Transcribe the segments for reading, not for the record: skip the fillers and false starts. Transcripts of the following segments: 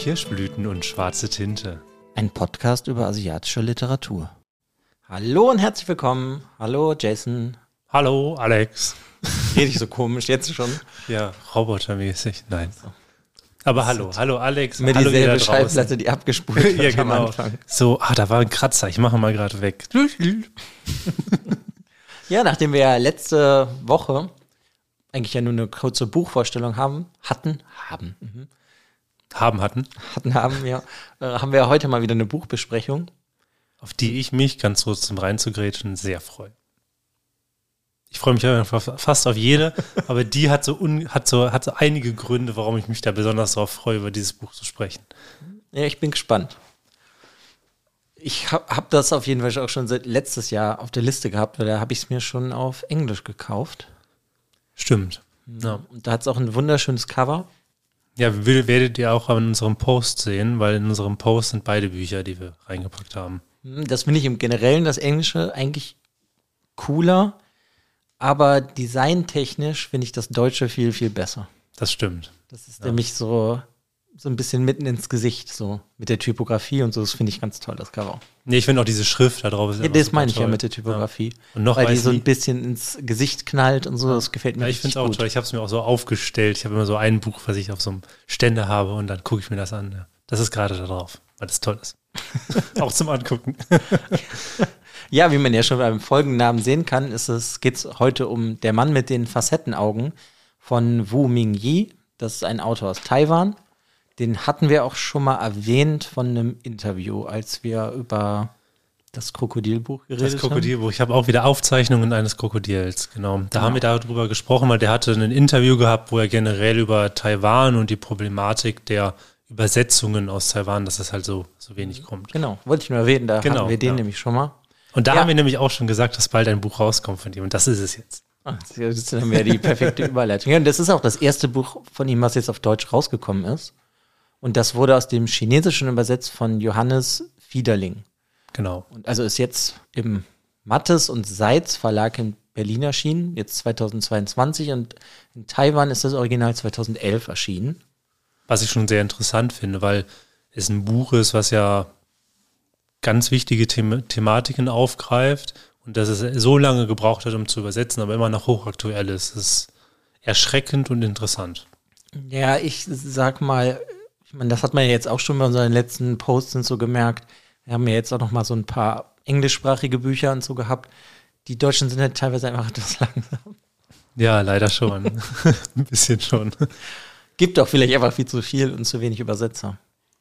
Kirschblüten und schwarze Tinte. Ein Podcast über asiatische Literatur. Hallo und herzlich willkommen. Hallo Jason. Hallo Alex. Rede ich so komisch jetzt schon? Ja, robotermäßig. Nein. Aber hallo Alex. Mit hallo dieselbe Schallplatte, die abgespult wird ja, genau. am Anfang. So, da war ein Kratzer. Ich mache mal gerade weg. Ja, nachdem wir ja letzte Woche eigentlich ja nur eine kurze Buchvorstellung hatten, haben wir heute mal wieder eine Buchbesprechung. Auf die ich mich, ganz kurz zum reinzugrätschen, sehr freue. Ich freue mich einfach fast auf jede, aber die hat so einige Gründe, warum ich mich da besonders darauf freue, über dieses Buch zu sprechen. Ja, ich bin gespannt. Ich hab das auf jeden Fall auch schon seit letztes Jahr auf der Liste gehabt, weil da habe ich es mir schon auf Englisch gekauft. Stimmt. Ja. Und da hat es auch ein wunderschönes Cover. Ja, werdet ihr auch an unserem Post sehen, weil in unserem Post sind beide Bücher, die wir reingepackt haben. Das finde ich im Generellen, das Englische, eigentlich cooler, aber designtechnisch finde ich das Deutsche viel, viel besser. Das stimmt. Das ist nämlich so ein bisschen mitten ins Gesicht, so mit der Typografie und so, das finde ich ganz toll, das Cover. Nee, ich finde auch diese Schrift da drauf ist ja, das meine ich ja mit der Typografie. Ja. Und noch weil die so ein bisschen ins Gesicht knallt und so, das gefällt mir ich finde es auch gut. Toll, ich habe es mir auch so aufgestellt, ich habe immer so ein Buch, was ich auf so einem Ständer habe und dann gucke ich mir das an. Ja. Das ist gerade da drauf, weil das toll ist. Auch zum Angucken. Ja, wie man ja schon beim Folgennamen sehen kann, geht es heute um Der Mann mit den Facettenaugen von Wu Mingyi. Das ist ein Autor aus Taiwan. Den hatten wir auch schon mal erwähnt von einem Interview, als wir über das Krokodilbuch geredet haben. Das Krokodilbuch. Ich habe auch wieder Aufzeichnungen eines Krokodils, genau. Da haben wir darüber gesprochen, weil der hatte ein Interview gehabt, wo er generell über Taiwan und die Problematik der Übersetzungen aus Taiwan, dass das halt so wenig kommt. Genau, wollte ich nur erwähnen, da hatten wir den nämlich schon mal. Und da haben wir nämlich auch schon gesagt, dass bald ein Buch rauskommt von ihm und das ist es jetzt. Das ist dann ja die perfekte Überleitung. Ja, und das ist auch das erste Buch von ihm, was jetzt auf Deutsch rausgekommen ist. Und das wurde aus dem Chinesischen übersetzt von Johannes Fiederling. Genau. Und also ist jetzt im Mattes und Seitz Verlag in Berlin erschienen, jetzt 2022. Und in Taiwan ist das Original 2011 erschienen. Was ich schon sehr interessant finde, weil es ein Buch ist, was ja ganz wichtige Thematiken aufgreift und dass es so lange gebraucht hat, um zu übersetzen, aber immer noch hochaktuell ist. Das ist erschreckend und interessant. Ja, ich sag mal, ich meine, das hat man ja jetzt auch schon bei unseren letzten Posts und so gemerkt. Wir haben ja jetzt auch noch mal so ein paar englischsprachige Bücher und so gehabt. Die Deutschen sind halt teilweise einfach etwas langsam. Ja, leider schon. Ein bisschen schon. Gibt auch vielleicht einfach viel zu viel und zu wenig Übersetzer.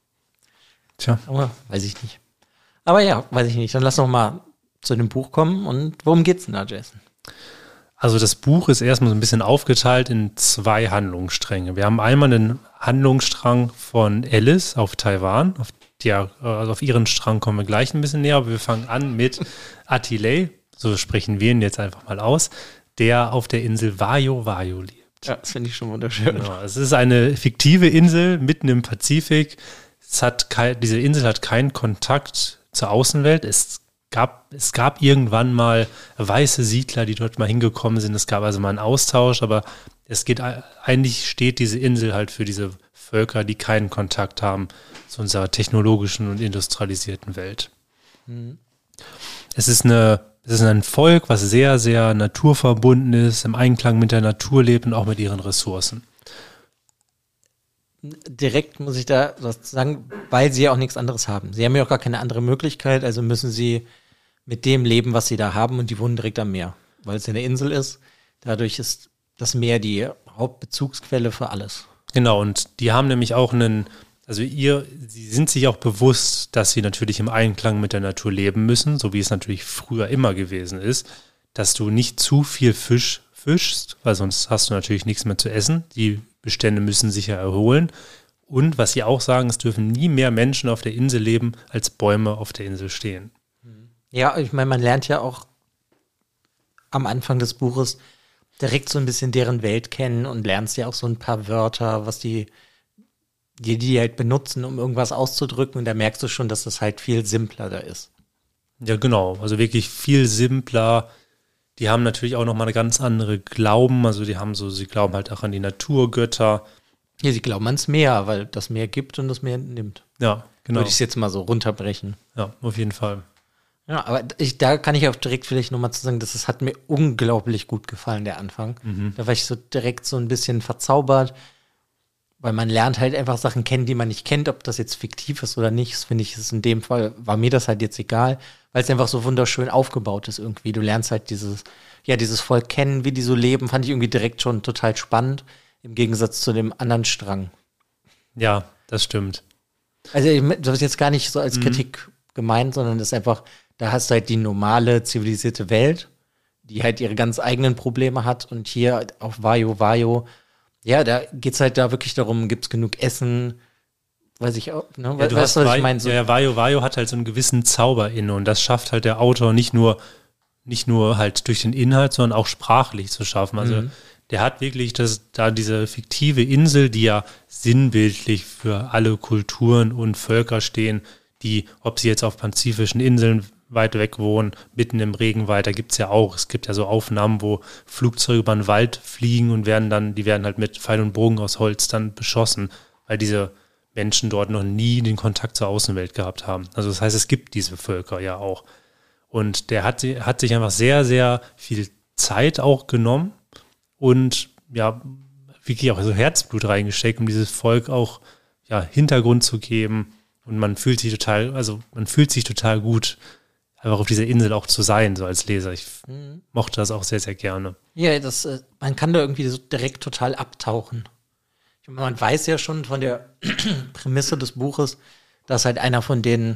Tja. Aber weiß ich nicht. Aber ja, weiß ich nicht. Dann lass noch mal zu dem Buch kommen. Und worum geht's denn da, Jason? Also das Buch ist erstmal so ein bisschen aufgeteilt in 2 Handlungsstränge. Wir haben einmal einen Handlungsstrang von Alice auf Taiwan. Auf ihren Strang kommen wir gleich ein bisschen näher. Aber wir fangen an mit Atilei, so sprechen wir ihn jetzt einfach mal aus, der auf der Insel Wajo Wajo lebt. Ja, das finde ich schon wunderschön. Genau, es ist eine fiktive Insel mitten im Pazifik. Diese Insel hat keinen Kontakt zur Außenwelt. Es gab irgendwann mal weiße Siedler, die dort mal hingekommen sind. Es gab also mal einen Austausch, aber eigentlich steht diese Insel halt für diese Völker, die keinen Kontakt haben zu unserer technologischen und industrialisierten Welt. Mhm. Es ist ein Volk, was sehr, sehr naturverbunden ist, im Einklang mit der Natur lebt und auch mit ihren Ressourcen. Direkt muss ich da was sagen, weil sie ja auch nichts anderes haben. Sie haben ja auch gar keine andere Möglichkeit, also müssen sie mit dem leben, was sie da haben, und die wohnen direkt am Meer, weil es ja eine Insel ist. Dadurch ist das Meer die Hauptbezugsquelle für alles. Genau, und die haben nämlich auch sie sind sich auch bewusst, dass sie natürlich im Einklang mit der Natur leben müssen, so wie es natürlich früher immer gewesen ist, dass du nicht zu viel Fisch fischst, weil sonst hast du natürlich nichts mehr zu essen. Die Bestände müssen sich ja erholen. Und was sie auch sagen, es dürfen nie mehr Menschen auf der Insel leben, als Bäume auf der Insel stehen. Ja, ich meine, man lernt ja auch am Anfang des Buches direkt so ein bisschen deren Welt kennen und lernst ja auch so ein paar Wörter, was die halt benutzen, um irgendwas auszudrücken. Und da merkst du schon, dass das halt viel simpler da ist. Ja, genau. Also wirklich viel simpler. Die haben natürlich auch nochmal eine ganz andere Glauben. Also sie glauben halt auch an die Naturgötter. Ja, sie glauben ans Meer, weil das Meer gibt und das Meer nimmt. Ja, genau. Würde ich es jetzt mal so runterbrechen. Ja, auf jeden Fall. Ja, aber da kann ich auch direkt vielleicht nochmal zu sagen, das hat mir unglaublich gut gefallen, der Anfang. Da war ich so direkt so ein bisschen verzaubert, weil man lernt halt einfach Sachen kennen, die man nicht kennt, ob das jetzt fiktiv ist oder nicht. Das finde ich, ist in dem Fall, war mir das halt jetzt egal, weil es einfach so wunderschön aufgebaut ist irgendwie. Du lernst halt dieses Volk kennen, wie die so leben, fand ich irgendwie direkt schon total spannend, im Gegensatz zu dem anderen Strang. Ja, das stimmt. Also das ist jetzt gar nicht so als Kritik gemeint, sondern das ist einfach, da hast du halt die normale, zivilisierte Welt, die halt ihre ganz eigenen Probleme hat. Und hier auf Vajo, ja, da geht's halt da wirklich darum, gibt's genug Essen, weiß ich auch, ne? Ja, weißt du, was ich meine? So, ja, Vajo hat halt so einen gewissen Zauber inne und das schafft halt der Autor nicht nur halt durch den Inhalt, sondern auch sprachlich zu schaffen. Also der hat wirklich diese fiktive Insel, die ja sinnbildlich für alle Kulturen und Völker stehen, die, ob sie jetzt auf pazifischen Inseln weit weg wohnen, mitten im Regenwald, da gibt's ja auch. Es gibt ja so Aufnahmen, wo Flugzeuge über den Wald fliegen und die werden halt mit Pfeil und Bogen aus Holz dann beschossen, weil diese Menschen dort noch nie den Kontakt zur Außenwelt gehabt haben. Also das heißt, es gibt diese Völker ja auch. Und der hat sich einfach sehr, sehr viel Zeit auch genommen und ja, wirklich auch so Herzblut reingesteckt, um dieses Volk auch ja Hintergrund zu geben. Und man fühlt sich total gut, einfach auf dieser Insel auch zu sein, so als Leser. Ich mochte das auch sehr, sehr gerne. ja, man kann da irgendwie so direkt total abtauchen. Ich meine, man weiß ja schon von der Prämisse des Buches, dass halt einer von denen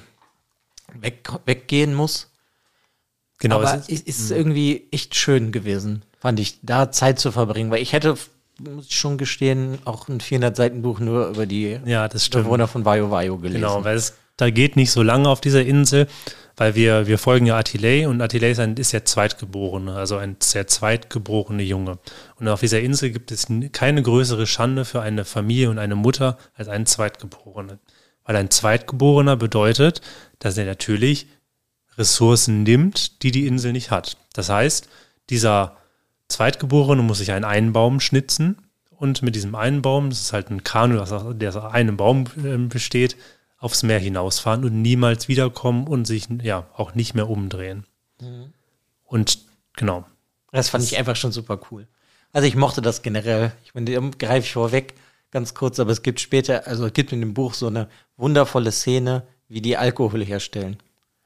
weggehen muss. Genau. Aber es ist irgendwie echt schön gewesen, fand ich, da Zeit zu verbringen. Weil ich hätte, muss ich schon gestehen, auch ein 400-Seiten-Buch nur über die Bewohner von Vajo gelesen. Genau, weil da geht nicht so lange auf dieser Insel, weil wir folgen ja Attilei und Attilei ist der Zweitgeborene, also ein sehr zweitgeborene Junge. Und auf dieser Insel gibt es keine größere Schande für eine Familie und eine Mutter als einen Zweitgeborenen. Weil ein Zweitgeborener bedeutet, dass er natürlich Ressourcen nimmt, die Insel nicht hat. Das heißt, dieser Zweitgeborene muss sich einen Baum schnitzen und mit diesem einen Baum, das ist halt ein Kanu, der aus einem Baum besteht, aufs Meer hinausfahren und niemals wiederkommen und sich ja auch nicht mehr umdrehen. Und genau. Das fand ich einfach schon super cool. Also ich mochte das generell. Ich meine, da greife ich vorweg ganz kurz, aber es gibt später, also es gibt in dem Buch so eine wundervolle Szene, wie die Alkohol herstellen.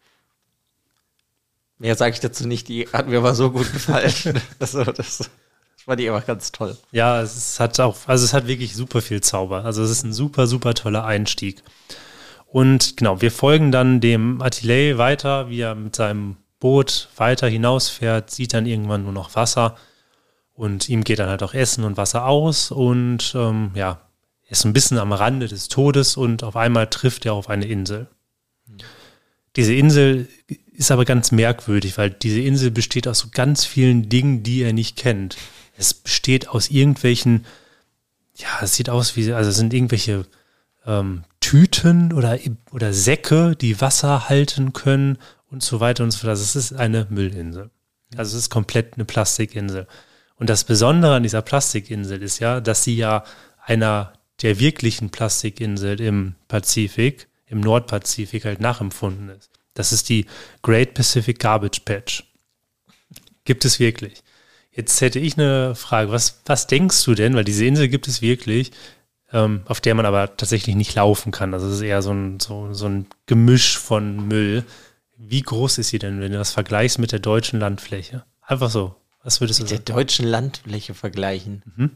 Mehr sage ich dazu nicht, die hat mir aber so gut gefallen. Das fand ich einfach ganz toll. Ja, es hat wirklich super viel Zauber. Also es ist ein super, super toller Einstieg. Und genau, wir folgen dann dem Attilei weiter, wie er mit seinem Boot weiter hinausfährt, sieht dann irgendwann nur noch Wasser und ihm geht dann halt auch Essen und Wasser aus und er ist ein bisschen am Rande des Todes und auf einmal trifft er auf eine Insel. Diese Insel ist aber ganz merkwürdig, weil diese Insel besteht aus so ganz vielen Dingen, die er nicht kennt. Es besteht aus irgendwelchen, es sieht aus wie, also es sind irgendwelche Tüten oder Säcke, die Wasser halten können und so weiter und so fort. Also es ist eine Müllinsel. Also es ist komplett eine Plastikinsel. Und das Besondere an dieser Plastikinsel ist ja, dass sie ja einer der wirklichen Plastikinseln im Pazifik, im Nordpazifik halt nachempfunden ist. Das ist die Great Pacific Garbage Patch. Gibt es wirklich. Jetzt hätte ich eine Frage. Was denkst du denn, weil diese Insel gibt es wirklich, auf der man aber tatsächlich nicht laufen kann. Also es ist eher so ein Gemisch von Müll. Wie groß ist sie denn, wenn du das vergleichst mit der deutschen Landfläche? Einfach so. Was würdest du sagen? Mit der deutschen Landfläche vergleichen?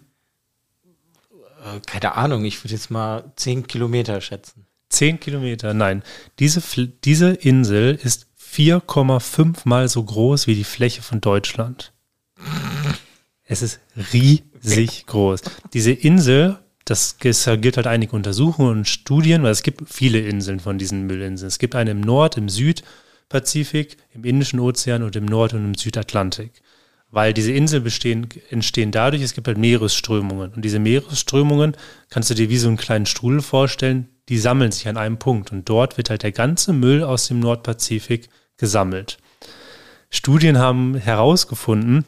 Keine Ahnung, ich würde jetzt mal 10 Kilometer schätzen. 10 Kilometer? Nein. Diese Insel ist 4,5 Mal so groß wie die Fläche von Deutschland. Es ist riesig groß. Diese Insel, das gilt halt einige Untersuchungen und Studien, weil es gibt viele Inseln von diesen Müllinseln. Es gibt eine im im Südpazifik, im Indischen Ozean und im Nord- und im Südatlantik. Weil diese Inseln entstehen dadurch, es gibt halt Meeresströmungen. Und diese Meeresströmungen kannst du dir wie so einen kleinen Strudel vorstellen, die sammeln sich an einem Punkt. Und dort wird halt der ganze Müll aus dem Nordpazifik gesammelt. Studien haben herausgefunden,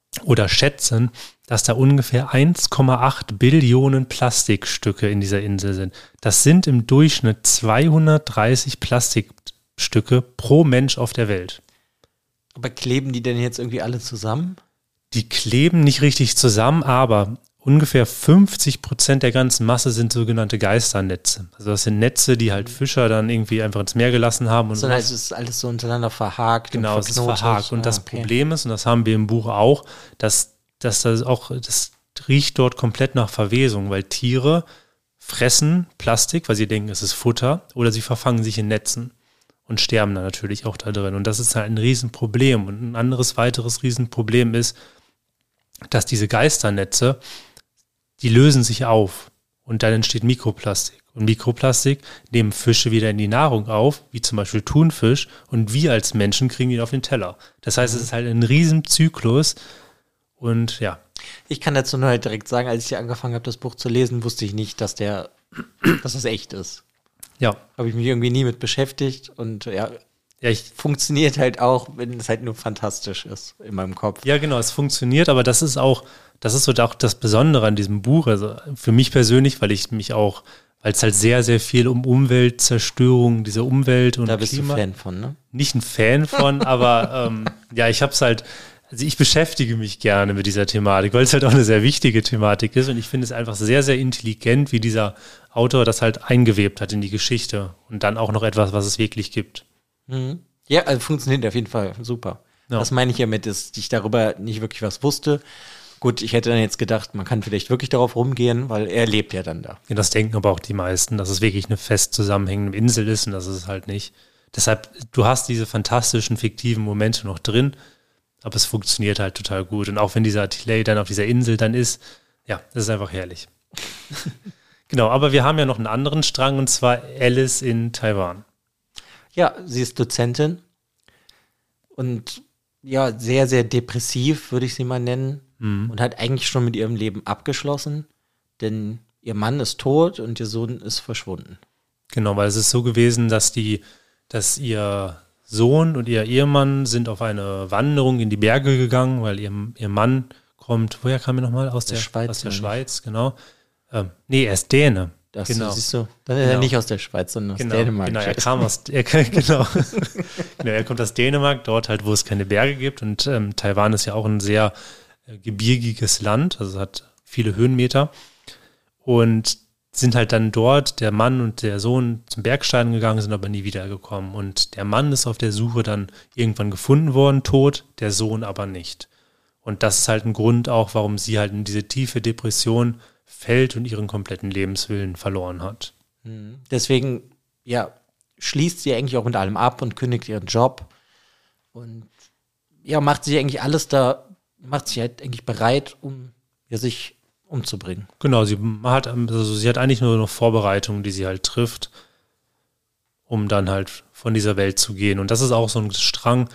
oder schätzen, dass da ungefähr 1,8 Billionen Plastikstücke in dieser Insel sind. Das sind im Durchschnitt 230 Plastikstücke pro Mensch auf der Welt. Aber kleben die denn jetzt irgendwie alle zusammen? Die kleben nicht richtig zusammen, aber ungefähr 50% der ganzen Masse sind sogenannte Geisternetze. Also das sind Netze, die halt Fischer dann irgendwie einfach ins Meer gelassen haben. Und sondern es ist alles so untereinander verhakt. Genau, es ist verhakt. Und das Problem ist, und das haben wir im Buch auch, dass das riecht dort komplett nach Verwesung, weil Tiere fressen Plastik, weil sie denken, es ist Futter, oder sie verfangen sich in Netzen und sterben dann natürlich auch da drin. Und das ist halt ein Riesenproblem. Und ein anderes, weiteres Riesenproblem ist, dass diese Geisternetze, die lösen sich auf und dann entsteht Mikroplastik. Und Mikroplastik nehmen Fische wieder in die Nahrung auf, wie zum Beispiel Thunfisch, und wir als Menschen kriegen ihn auf den Teller. Das heißt, es ist halt ein Riesenzyklus und ja. Ich kann dazu nur halt direkt sagen, als ich angefangen habe, das Buch zu lesen, wusste ich nicht, dass das echt ist. Ja. Habe ich mich irgendwie nie mit beschäftigt und funktioniert halt auch, wenn es halt nur fantastisch ist in meinem Kopf. Ja, genau, es funktioniert, aber das ist so auch das Besondere an diesem Buch. Also für mich persönlich, weil es halt sehr, sehr viel um Umweltzerstörung, diese Umwelt und da bist Klima. Du Fan von, ne? Nicht ein Fan von, aber ich beschäftige mich gerne mit dieser Thematik, weil es halt auch eine sehr wichtige Thematik ist und ich finde es einfach sehr, sehr intelligent, wie dieser Autor das halt eingewebt hat in die Geschichte und dann auch noch etwas, was es wirklich gibt. Mhm. Ja, also funktioniert auf jeden Fall super. Ja. Das meine ich ja mit, dass ich darüber nicht wirklich was wusste. Gut, ich hätte dann jetzt gedacht, man kann vielleicht wirklich darauf rumgehen, weil er lebt ja dann da. Ja, das denken aber auch die meisten, dass es wirklich eine fest zusammenhängende Insel ist und das ist es halt nicht. Deshalb, du hast diese fantastischen, fiktiven Momente noch drin, aber es funktioniert halt total gut. Und auch wenn dieser Tillet dann auf dieser Insel dann ist, ja, das ist einfach herrlich. Genau, aber wir haben ja noch einen anderen Strang und zwar Alice in Taiwan. Ja, sie ist Dozentin und ja, sehr, sehr depressiv, würde ich sie mal nennen. Und hat eigentlich schon mit ihrem Leben abgeschlossen, denn ihr Mann ist tot und ihr Sohn ist verschwunden. Genau, weil es ist so gewesen, dass ihr Sohn und ihr Ehemann sind auf eine Wanderung in die Berge gegangen, weil ihr Mann kommt, woher kam er nochmal? Aus der Schweiz, genau. Nee, er ist Däne. Das genau. Siehst du, dann ist er nicht aus der Schweiz, sondern aus Dänemark. Genau, er kommt aus Dänemark, dort halt, wo es keine Berge gibt und Taiwan ist ja auch ein sehr gebirgiges Land, also es hat viele Höhenmeter und sind halt dann dort, der Mann und der Sohn, zum Bergsteigen gegangen, sind aber nie wiedergekommen und der Mann ist auf der Suche dann irgendwann gefunden worden, tot, der Sohn aber nicht. Und das ist halt ein Grund auch, warum sie halt in diese tiefe Depression fällt und ihren kompletten Lebenswillen verloren hat. Deswegen, ja, schließt sie eigentlich auch mit allem ab und kündigt ihren Job und ja, macht sich eigentlich bereit, um sich umzubringen. Genau, sie hat eigentlich nur noch Vorbereitungen, die sie halt trifft, um dann halt von dieser Welt zu gehen. Und das ist auch so ein Strang.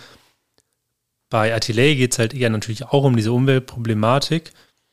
Bei Tillet geht es halt eher natürlich auch um diese Umweltproblematik,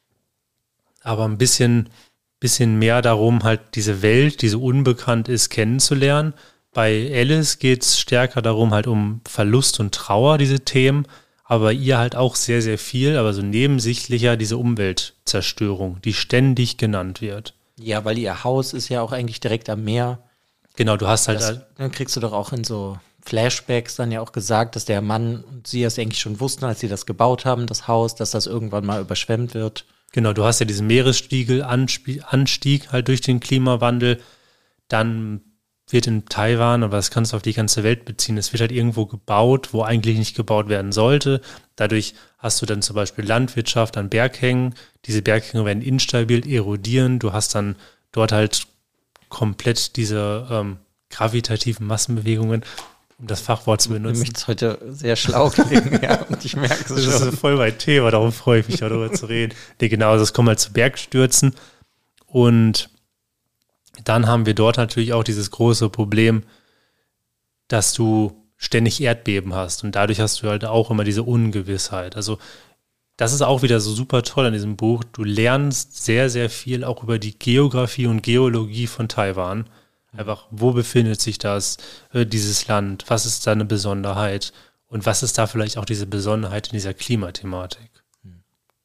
aber ein bisschen mehr darum, halt diese Welt, die so unbekannt ist, kennenzulernen. Bei Alice geht es stärker darum, halt um Verlust und Trauer, diese Themen, aber ihr halt auch sehr, sehr viel, aber so nebensächlicher diese Umweltzerstörung, die ständig genannt wird. Ja, weil ihr Haus ist ja auch eigentlich direkt am Meer. Genau, du hast halt... Dann kriegst du doch auch in so Flashbacks dann ja auch gesagt, dass der Mann und sie das eigentlich schon wussten, als sie das gebaut haben, das Haus, dass das irgendwann mal überschwemmt wird. Genau, du hast ja diesen Meeresspiegelanstieg halt durch den Klimawandel. Dann wird in Taiwan, aber das kannst du auf die ganze Welt beziehen, es wird halt irgendwo gebaut, wo eigentlich nicht gebaut werden sollte. Dadurch hast du dann zum Beispiel Landwirtschaft an Berghängen. Diese Berghänge werden instabil, erodieren. Du hast dann dort halt komplett diese gravitativen Massenbewegungen, um das Fachwort zu benutzen. Du möchtest heute sehr schlau klingen, ja, und ich merke es schon. Das ist voll mein Thema, darum freue ich mich, darüber zu reden. Nee, genau, also es kommt halt zu Bergstürzen und dann haben wir dort natürlich auch dieses große Problem, dass du ständig Erdbeben hast und dadurch hast du halt auch immer diese Ungewissheit. Also das ist auch wieder so super toll an diesem Buch. Du lernst sehr, sehr viel auch über die Geografie und Geologie von Taiwan. Einfach, wo befindet sich dieses Land? Was ist da eine Besonderheit? Und was ist da vielleicht auch diese Besonderheit in dieser Klimathematik?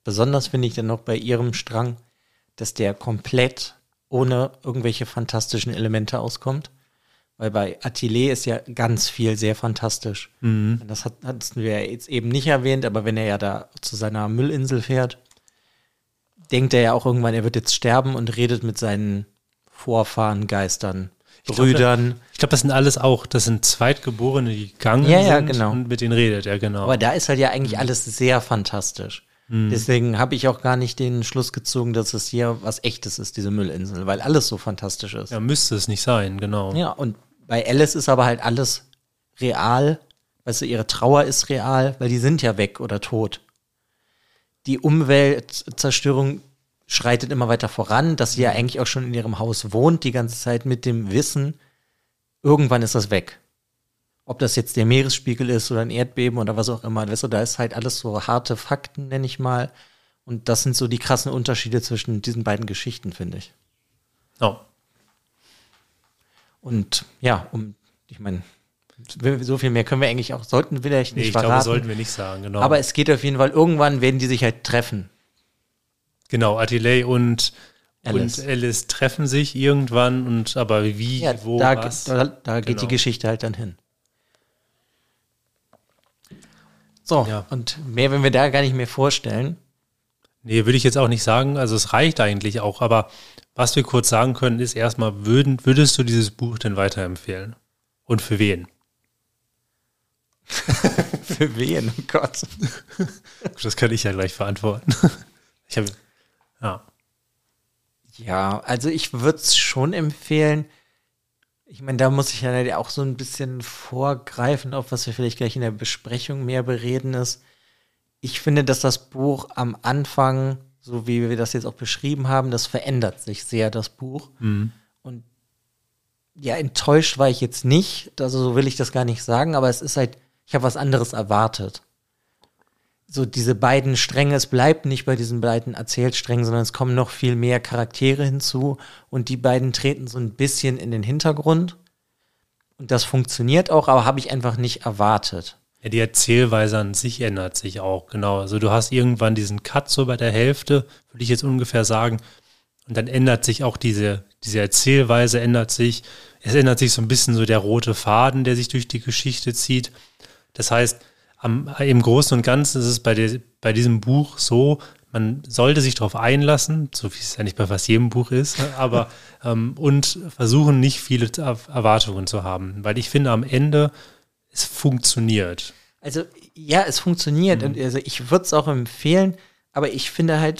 besonders finde ich dann noch bei ihrem Strang, dass der komplett ohne irgendwelche fantastischen Elemente auskommt. Weil bei Attilet ist ja ganz viel sehr fantastisch. Das hatten wir ja jetzt eben nicht erwähnt, aber wenn er ja da zu seiner Müllinsel fährt, denkt er ja auch irgendwann, er wird jetzt sterben und redet mit seinen Vorfahren, Geistern, Brüdern. Ich glaube, das sind Zweitgeborene, die gegangen sind genau. und mit denen redet er, genau. Aber da ist halt ja eigentlich alles sehr fantastisch. Deswegen habe ich auch gar nicht den Schluss gezogen, dass es hier was Echtes ist, diese Müllinsel, weil alles so fantastisch ist. Ja, müsste es nicht sein, genau. Ja, und bei Alice ist aber halt alles real. Weißt du, ihre Trauer ist real, weil die sind ja weg oder tot. Die Umweltzerstörung schreitet immer weiter voran, dass sie ja eigentlich auch schon in ihrem Haus wohnt, die ganze Zeit mit dem Wissen, irgendwann ist das weg. Ob das jetzt der Meeresspiegel ist oder ein Erdbeben oder was auch immer. Weißt du, da ist halt alles so harte Fakten, nenne ich mal. Und das sind so die krassen Unterschiede zwischen diesen beiden Geschichten, finde ich. Oh. Und ja, ich meine, so viel mehr können wir eigentlich auch, sollten wir vielleicht nicht verraten. Ich glaube, sollten wir nicht sagen, genau. Aber es geht auf jeden Fall, irgendwann werden die sich halt treffen. Genau, Attilet und Alice. Und Alice treffen sich irgendwann, aber wie, wo, was? Da geht die Geschichte halt dann hin. So, ja. Und mehr, wenn wir da gar nicht mehr vorstellen. Nee, würde ich jetzt auch nicht sagen. Also es reicht eigentlich auch. Aber was wir kurz sagen können, ist erstmal, würdest du dieses Buch denn weiterempfehlen? Und für wen? Für wen? Oh Gott. Das kann ich ja gleich verantworten. Ja, also ich würde es schon empfehlen. Ich meine, da muss ich ja auch so ein bisschen vorgreifen, auf was wir vielleicht gleich in der Besprechung mehr bereden ist. Ich finde, dass das Buch am Anfang, so wie wir das jetzt auch beschrieben haben, das verändert sich sehr, das Buch. Und ja, enttäuscht war ich jetzt nicht, also so will ich das gar nicht sagen, aber es ist halt, ich habe was anderes erwartet. So diese beiden Stränge, es bleibt nicht bei diesen beiden Erzählsträngen, sondern es kommen noch viel mehr Charaktere hinzu und die beiden treten so ein bisschen in den Hintergrund. Und das funktioniert auch, aber habe ich einfach nicht erwartet. Ja, die Erzählweise an sich ändert sich auch, genau. Also du hast irgendwann diesen Cut so bei der Hälfte, würde ich jetzt ungefähr sagen. Und dann ändert sich auch diese Erzählweise, ändert sich. Es ändert sich so ein bisschen so der rote Faden, der sich durch die Geschichte zieht. Das heißt, im Großen und Ganzen ist es bei diesem Buch so, man sollte sich darauf einlassen, so wie es ja nicht bei fast jedem Buch ist, aber und versuchen, nicht viele Erwartungen zu haben. Weil ich finde, am Ende, es funktioniert. Also, ja, es funktioniert. Und also ich würde es auch empfehlen, aber ich finde halt,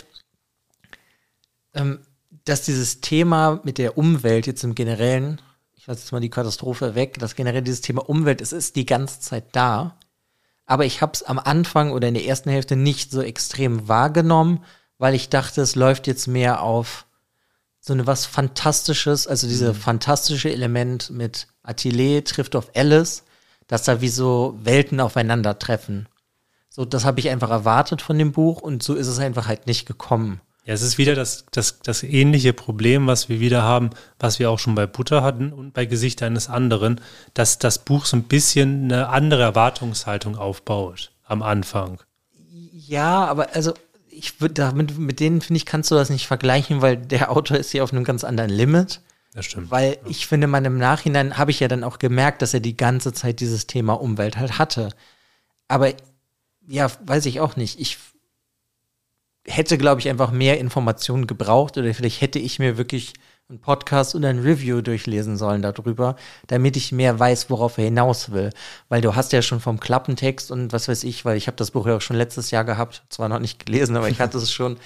dass dieses Thema mit der Umwelt jetzt im Generellen, ich lasse jetzt mal die Katastrophe weg, dass generell dieses Thema Umwelt, es ist die ganze Zeit da. Aber ich habe es am Anfang oder in der ersten Hälfte nicht so extrem wahrgenommen, weil ich dachte, es läuft jetzt mehr auf so eine was Fantastisches, also diese fantastische Element mit Attilet trifft auf Alice, dass da wie so Welten aufeinandertreffen. So, das habe ich einfach erwartet von dem Buch und so ist es einfach halt nicht gekommen. Ja, es ist wieder das ähnliche Problem, was wir wieder haben, was wir auch schon bei Butter hatten und bei Gesicht eines anderen, dass das Buch so ein bisschen eine andere Erwartungshaltung aufbaut am Anfang. Ja, aber also ich würde mit denen, finde ich, kannst du das nicht vergleichen, weil der Autor ist hier auf einem ganz anderen Limit. Das stimmt. Weil ich finde, im Nachhinein habe ich ja dann auch gemerkt, dass er die ganze Zeit dieses Thema Umwelt halt hatte. Aber ja, weiß ich auch nicht. Ich hätte, glaube ich, einfach mehr Informationen gebraucht oder vielleicht hätte ich mir wirklich einen Podcast oder ein Review durchlesen sollen darüber, damit ich mehr weiß, worauf er hinaus will. Weil du hast ja schon vom Klappentext und was weiß ich, weil ich habe das Buch ja auch schon letztes Jahr gehabt, zwar noch nicht gelesen, aber ich hatte es schon.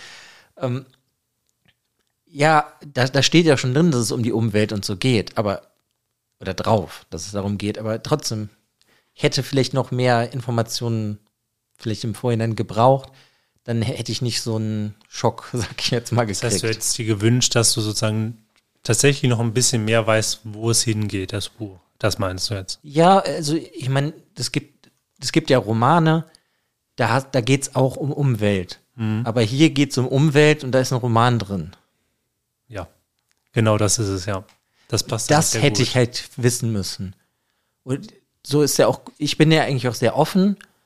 Ja, da steht ja schon drin, dass es um die Umwelt und so geht, oder drauf, dass es darum geht, aber trotzdem, ich hätte vielleicht noch mehr Informationen vielleicht im Vorhinein gebraucht, dann hätte ich nicht so einen Schock, sag ich jetzt mal, gekriegt. Das heißt, du hättest dir gewünscht, dass du sozusagen tatsächlich noch ein bisschen mehr weißt, wo es hingeht, das Buch. Das meinst du jetzt? Ja, also ich meine, es gibt ja Romane, da geht es auch um Umwelt. Aber hier geht es um Umwelt und da ist ein Roman drin. Ja, genau das ist es, ja. Das passt. Das hätte ich halt wissen müssen. Und so ist ja auch, ich bin ja eigentlich auch sehr offen.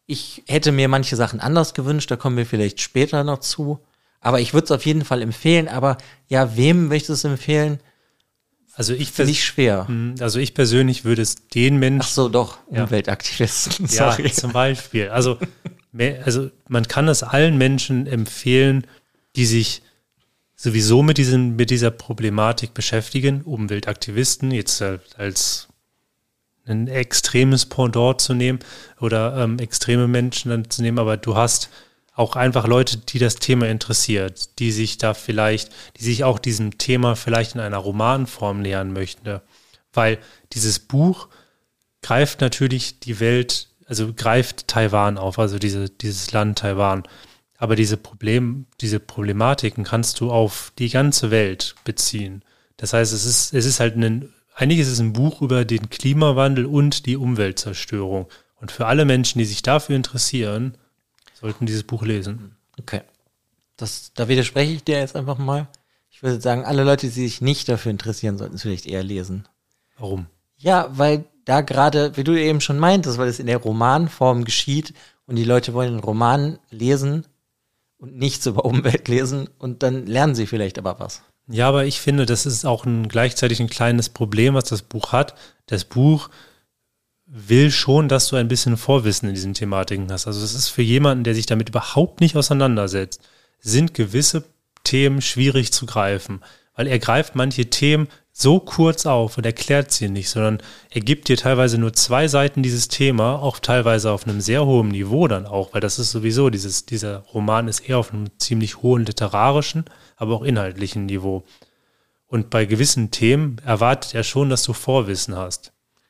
Ich hätte mir manche Sachen anders gewünscht, da kommen wir vielleicht später noch zu. Aber ich würde es auf jeden Fall empfehlen. Aber ja, wem möchte es empfehlen? Also ich Finde ich schwer. Also ich persönlich würde es den Menschen. Ach so, doch, Umweltaktivisten. Ja, Sorry. zum Beispiel. Also man kann es allen Menschen empfehlen, die sich sowieso mit dieser Problematik beschäftigen, Umweltaktivisten, jetzt als ein extremes Pendant zu nehmen oder extreme Menschen dann zu nehmen, aber du hast auch einfach Leute, die das Thema interessiert, die sich auch diesem Thema vielleicht in einer Romanform nähern möchten. Weil dieses Buch greift natürlich die Welt, also greift Taiwan auf, also dieses Land Taiwan. Aber diese Problematiken kannst du auf die ganze Welt beziehen. Das heißt, es ist halt eigentlich ist es ein Buch über den Klimawandel und die Umweltzerstörung. Und für alle Menschen, die sich dafür interessieren, sollten dieses Buch lesen. Okay. Da widerspreche ich dir jetzt einfach mal. Ich würde sagen, alle Leute, die sich nicht dafür interessieren, sollten es vielleicht eher lesen. Warum? Ja, weil da gerade, wie du eben schon meintest, weil es in der Romanform geschieht und die Leute wollen einen Roman lesen und nichts über Umwelt lesen und dann lernen sie vielleicht aber was. Ja, aber ich finde, das ist auch gleichzeitig ein kleines Problem, was das Buch hat. Das Buch will schon, dass du ein bisschen Vorwissen in diesen Thematiken hast. Also das ist für jemanden, der sich damit überhaupt nicht auseinandersetzt, sind gewisse Themen schwierig zu greifen, weil er greift manche Themen so kurz auf und erklärt sie nicht, sondern er gibt dir teilweise nur 2 Seiten dieses Thema, auch teilweise auf einem sehr hohen Niveau dann auch, weil das ist sowieso, dieser Roman ist eher auf einem ziemlich hohen literarischen, aber auch inhaltlichen Niveau. Und bei gewissen Themen erwartet er schon, dass du Vorwissen hast.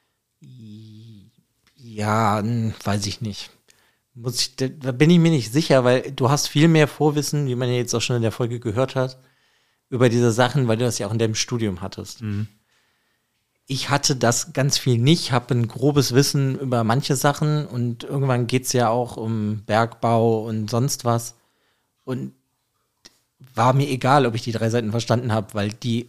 Ja, weiß ich nicht. Da bin ich mir nicht sicher, weil du hast viel mehr Vorwissen, wie man ja jetzt auch schon in der Folge gehört hat, über diese Sachen, weil du das ja auch in deinem Studium hattest. Mhm. Ich hatte das ganz viel nicht, habe ein grobes Wissen über manche Sachen und irgendwann geht es ja auch um Bergbau und sonst was. Und war mir egal, ob ich die 3 Seiten verstanden habe, weil die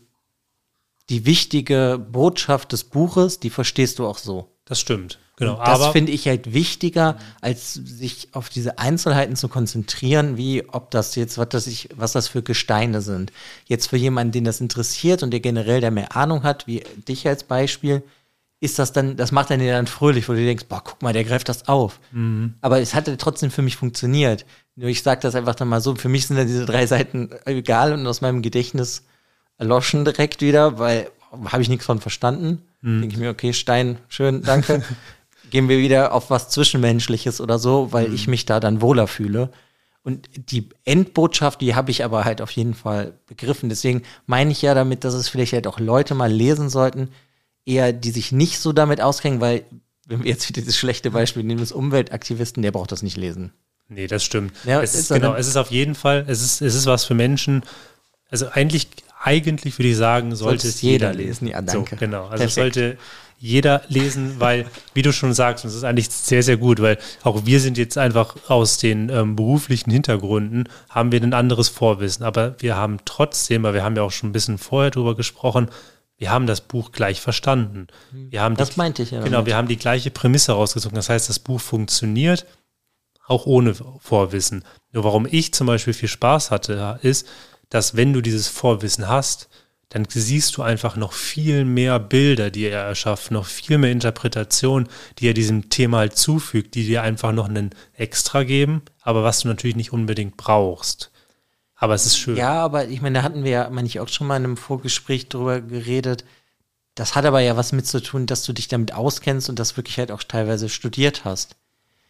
wichtige Botschaft des Buches, die verstehst du auch so. Das stimmt, genau. Und das finde ich halt wichtiger, als sich auf diese Einzelheiten zu konzentrieren, wie ob das jetzt, was das für Gesteine sind. Jetzt für jemanden, den das interessiert und der generell da mehr Ahnung hat, wie dich als Beispiel, ist das macht dann fröhlich, wo du denkst, boah, guck mal, der greift das auf. Mhm. Aber es hat trotzdem für mich funktioniert. Nur ich sage das einfach dann mal so, für mich sind dann diese 3 Seiten egal und aus meinem Gedächtnis erloschen direkt wieder, weil habe ich nichts von verstanden. Denke ich mir, okay, Stein, schön, danke. Gehen wir wieder auf was Zwischenmenschliches oder so, weil ich mich da dann wohler fühle. Und die Endbotschaft, die habe ich aber halt auf jeden Fall begriffen. Deswegen meine ich ja damit, dass es vielleicht halt auch Leute mal lesen sollten, eher die sich nicht so damit auskennen, weil, wenn wir jetzt wieder dieses schlechte Beispiel nehmen, des Umweltaktivisten, der braucht das nicht lesen. Nee, das stimmt. Ja, es ist auf jeden Fall, es ist was für Menschen, also eigentlich würde ich sagen, sollte es jeder lesen. Ja, danke. So, genau, also es sollte jeder lesen, weil, wie du schon sagst, und das ist eigentlich sehr, sehr gut, weil auch wir sind jetzt einfach aus den beruflichen Hintergründen, haben wir ein anderes Vorwissen, aber wir haben trotzdem, weil wir haben ja auch schon ein bisschen vorher drüber gesprochen, wir haben das Buch gleich verstanden. Das meinte ich ja. Genau, wir haben die gleiche Prämisse rausgezogen, das heißt, das Buch funktioniert auch ohne Vorwissen. Nur warum ich zum Beispiel viel Spaß hatte, ist, dass wenn du dieses Vorwissen hast, dann siehst du einfach noch viel mehr Bilder, die er erschafft, noch viel mehr Interpretationen, die er diesem Thema halt zufügt, die dir einfach noch einen Extra geben, aber was du natürlich nicht unbedingt brauchst. Aber es ist schön. Ja, aber ich meine, da hatten wir ja, meine ich, auch schon mal in einem Vorgespräch drüber geredet. Das hat aber ja was mit zu tun, dass du dich damit auskennst und das wirklich halt auch teilweise studiert hast.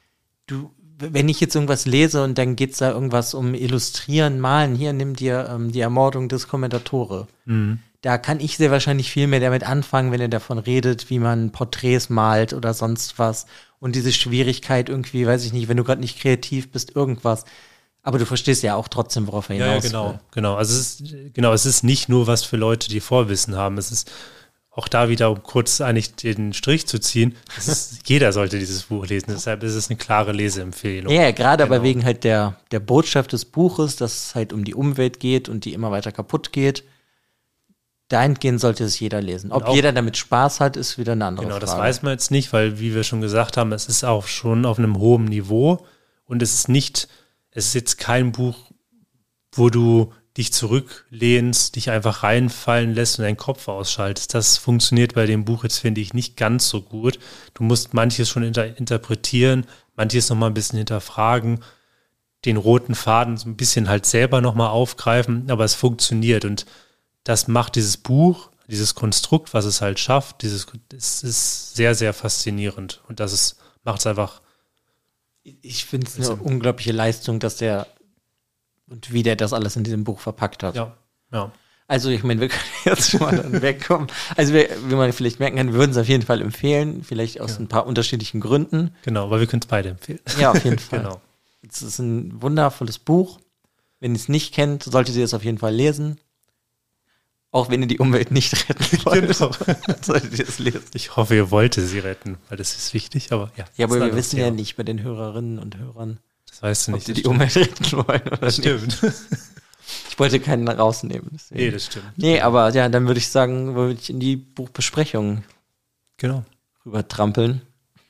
Wenn ich jetzt irgendwas lese und dann geht es da irgendwas um Illustrieren, Malen, hier, nimm dir die Ermordung des Kommentatore. Mhm. Da kann ich sehr wahrscheinlich viel mehr damit anfangen, wenn er davon redet, wie man Porträts malt oder sonst was. Und diese Schwierigkeit irgendwie, weiß ich nicht, wenn du gerade nicht kreativ bist, irgendwas. Aber du verstehst ja auch trotzdem, worauf er hinaus will. Genau. Also es ist nicht nur was für Leute, die Vorwissen haben. Es ist auch da wieder, um kurz eigentlich den Strich zu ziehen, jeder sollte dieses Buch lesen, deshalb ist es eine klare Leseempfehlung. Ja, gerade aber wegen halt der Botschaft des Buches, dass es halt um die Umwelt geht und die immer weiter kaputt geht. dahingehend sollte es jeder lesen. Ob jeder damit Spaß hat, ist wieder eine andere Frage. Genau, das weiß man jetzt nicht, weil, wie wir schon gesagt haben, es ist auch schon auf einem hohen Niveau und es ist jetzt kein Buch, wo du dich zurücklehnst, dich einfach reinfallen lässt und deinen Kopf ausschaltest. Das funktioniert bei dem Buch jetzt, finde ich, nicht ganz so gut. Du musst manches schon interpretieren, manches nochmal ein bisschen hinterfragen, den roten Faden so ein bisschen halt selber nochmal aufgreifen, aber es funktioniert und das macht dieses Buch, dieses Konstrukt, was es halt schafft, es ist sehr, sehr faszinierend und macht es einfach. Ich finde es eine unglaubliche Leistung, dass und wie der das alles in diesem Buch verpackt hat. Ja. Also ich meine, wir können jetzt schon mal dann wegkommen. Also wie man vielleicht merken kann, wir würden es auf jeden Fall empfehlen, vielleicht aus ein paar unterschiedlichen Gründen. Genau, weil wir können es beide empfehlen. Ja, auf jeden Fall. Genau. Es ist ein wundervolles Buch. Wenn ihr es nicht kennt, solltet ihr es auf jeden Fall lesen. Auch wenn ihr die Umwelt nicht retten wollt, Genau. solltet ihr es lesen. Ich hoffe, ihr wolltet sie retten, weil das ist wichtig, aber ja. Ja, aber wir wissen ja nicht bei den Hörerinnen und Hörern, das weißt du nicht, ob die Umwelt retten wollen oder das nicht. Stimmt. Ich wollte keinen rausnehmen. Deswegen. Nee, das stimmt. Nee, aber ja, dann würde ich sagen, würde ich in die Buchbesprechung rüber trampeln.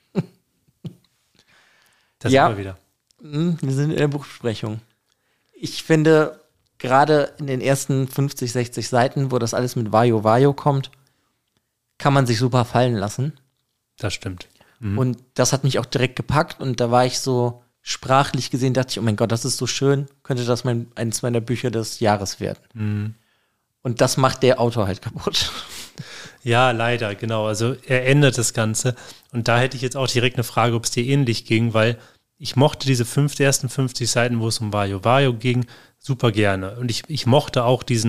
Das sind wir wieder. Wir sind in der Buchbesprechung. Ich finde, gerade in den ersten 50, 60 Seiten, wo das alles mit Vajo Vajo kommt, kann man sich super fallen lassen. Das stimmt. Und das hat mich auch direkt gepackt und da war ich so sprachlich gesehen, dachte ich, oh mein Gott, das ist so schön, könnte das eines meiner Bücher des Jahres werden. Und das macht der Autor halt kaputt. Ja, leider, genau. Also er ändert das Ganze. Und da hätte ich jetzt auch direkt eine Frage, ob es dir ähnlich ging, weil ich mochte diese ersten 50 Seiten, wo es um Vajo Vajo ging, super gerne. Und ich mochte auch die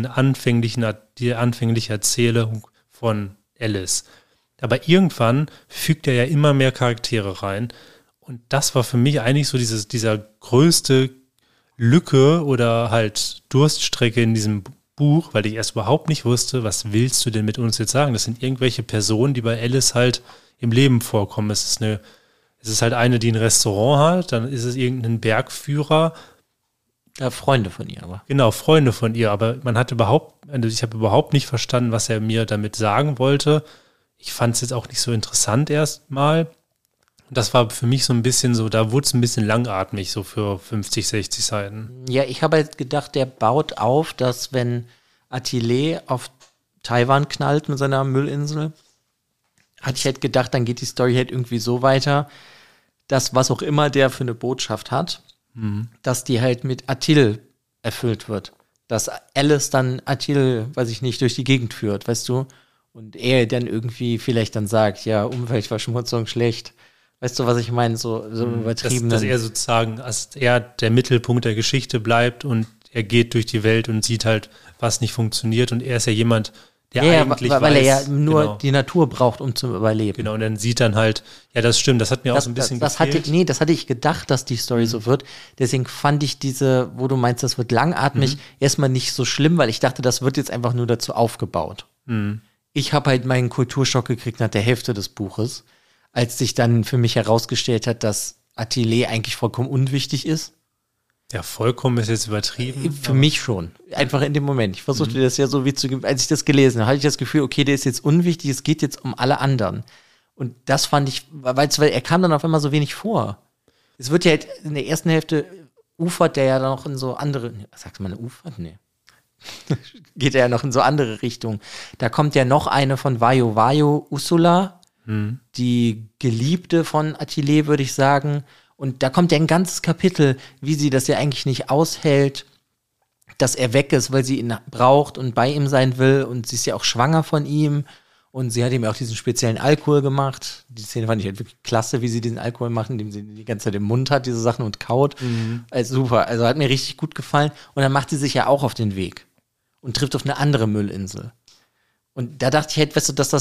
anfängliche Erzählung von Alice. Aber irgendwann fügt er ja immer mehr Charaktere rein. Und das war für mich eigentlich so dieser größte Lücke oder halt Durststrecke in diesem Buch, weil ich erst überhaupt nicht wusste, was willst du denn mit uns jetzt sagen? Das sind irgendwelche Personen, die bei Alice halt im Leben vorkommen. Es ist halt eine, die ein Restaurant hat, dann ist es irgendein Bergführer. Ja, Freunde von ihr aber. Genau, Freunde von ihr, aber ich habe überhaupt nicht verstanden, was er mir damit sagen wollte. Ich fand es jetzt auch nicht so interessant erstmal. Das war für mich so ein bisschen so, da wurde es ein bisschen langatmig, so für 50, 60 Seiten. Ja, ich habe halt gedacht, der baut auf, dass wenn Attila auf Taiwan knallt mit seiner Müllinsel, hatte ich halt gedacht, dann geht die Story halt irgendwie so weiter, dass was auch immer der für eine Botschaft hat, dass die halt mit Attil erfüllt wird. Dass Alice dann Attil, weiß ich nicht, durch die Gegend führt, weißt du? Und er dann irgendwie vielleicht dann sagt, ja, Umweltverschmutzung schlecht. Weißt du, was ich meine? So übertrieben. Dass er sozusagen, als er der Mittelpunkt der Geschichte bleibt und er geht durch die Welt und sieht halt, was nicht funktioniert. Und er ist ja jemand, der eigentlich weil weiß, er ja nur die Natur braucht, um zu überleben. Genau, und dann sieht dann halt, ja, das stimmt, das hat mir auch so ein bisschen gefehlt. Das hatte ich gedacht, dass die Story so wird. Deswegen fand ich diese, wo du meinst, das wird langatmig, erstmal nicht so schlimm, weil ich dachte, das wird jetzt einfach nur dazu aufgebaut. Ich habe halt meinen Kulturschock gekriegt nach der Hälfte des Buches, als sich dann für mich herausgestellt hat, dass Attila eigentlich vollkommen unwichtig ist. Ja, vollkommen ist jetzt übertrieben. Für mich schon. Einfach in dem Moment. Ich versuchte das ja so als ich das gelesen habe, hatte ich das Gefühl, okay, der ist jetzt unwichtig, es geht jetzt um alle anderen. Und das fand ich, weil er kam dann auf einmal so wenig vor. Es wird ja halt in der ersten Hälfte ufert der ja dann noch in so andere, sagt man ufert? Nee. Geht er ja noch in so andere Richtungen. Da kommt ja noch eine von Vajo Vajo, Ursula, die Geliebte von Attila, würde ich sagen. Und da kommt ja ein ganzes Kapitel, wie sie das ja eigentlich nicht aushält, dass er weg ist, weil sie ihn braucht und bei ihm sein will. Und sie ist ja auch schwanger von ihm. Und sie hat ihm ja auch diesen speziellen Alkohol gemacht. Die Szene fand ich halt wirklich klasse, wie sie diesen Alkohol macht, indem sie die ganze Zeit im Mund hat, diese Sachen und kaut. Also super. Also hat mir richtig gut gefallen. Und dann macht sie sich ja auch auf den Weg und trifft auf eine andere Müllinsel. Und da dachte ich halt, weißt du, dass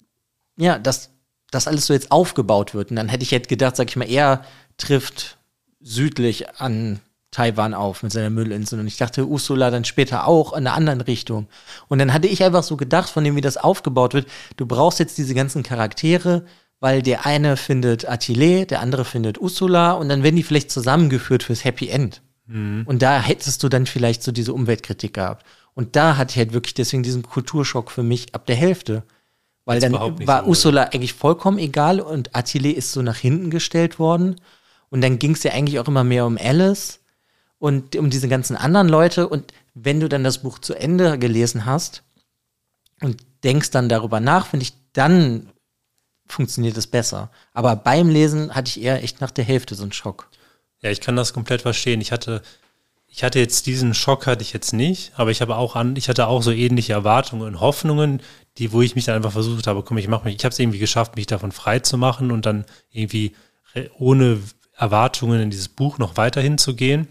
das alles so jetzt aufgebaut wird. Und dann hätte ich halt gedacht, sag ich mal, er trifft südlich an Taiwan auf mit seiner Müllinsel. Und ich dachte, Ursula dann später auch in einer anderen Richtung. Und dann hatte ich einfach so gedacht, von dem, wie das aufgebaut wird, du brauchst jetzt diese ganzen Charaktere, weil der eine findet Attila, der andere findet Ursula und dann werden die vielleicht zusammengeführt fürs Happy End. Und da hättest du dann vielleicht so diese Umweltkritik gehabt. Und da hatte ich halt wirklich deswegen diesen Kulturschock für mich ab der Hälfte. Weil dann war Ursula eigentlich vollkommen egal und Attilet ist so nach hinten gestellt worden. Und dann ging es ja eigentlich auch immer mehr um Alice und um diese ganzen anderen Leute. Und wenn du dann das Buch zu Ende gelesen hast und denkst dann darüber nach, finde ich, dann funktioniert es besser. Aber beim Lesen hatte ich eher echt nach der Hälfte so einen Schock. Ja, ich kann das komplett verstehen. Ich hatte jetzt diesen Schock hatte ich jetzt nicht, aber ich hatte auch so ähnliche Erwartungen und Hoffnungen, wo ich mich dann einfach versucht habe, ich habe es irgendwie geschafft, mich davon frei zu machen und dann irgendwie ohne Erwartungen in dieses Buch noch weiterhin zu gehen.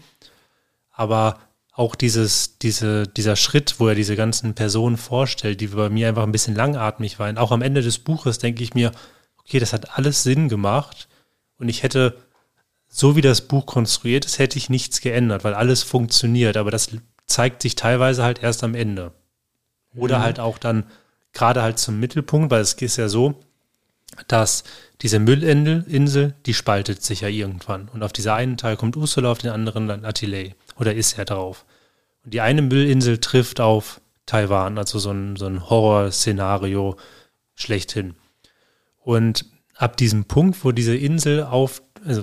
Aber auch dieser Schritt, wo er diese ganzen Personen vorstellt, die bei mir einfach ein bisschen langatmig waren. Auch am Ende des Buches denke ich mir, okay, das hat alles Sinn gemacht und ich hätte, so wie das Buch konstruiert ist, hätte ich nichts geändert, weil alles funktioniert, aber das zeigt sich teilweise halt erst am Ende. Oder halt auch dann gerade halt zum Mittelpunkt, weil es ist ja so, dass diese Müllinsel, die spaltet sich ja irgendwann. Und auf dieser einen Teil kommt Ursula, auf den anderen dann Attilet. Oder ist er drauf. Und die eine Müllinsel trifft auf Taiwan, also so ein Horrorszenario schlechthin. Und ab diesem Punkt, wo die Insel auf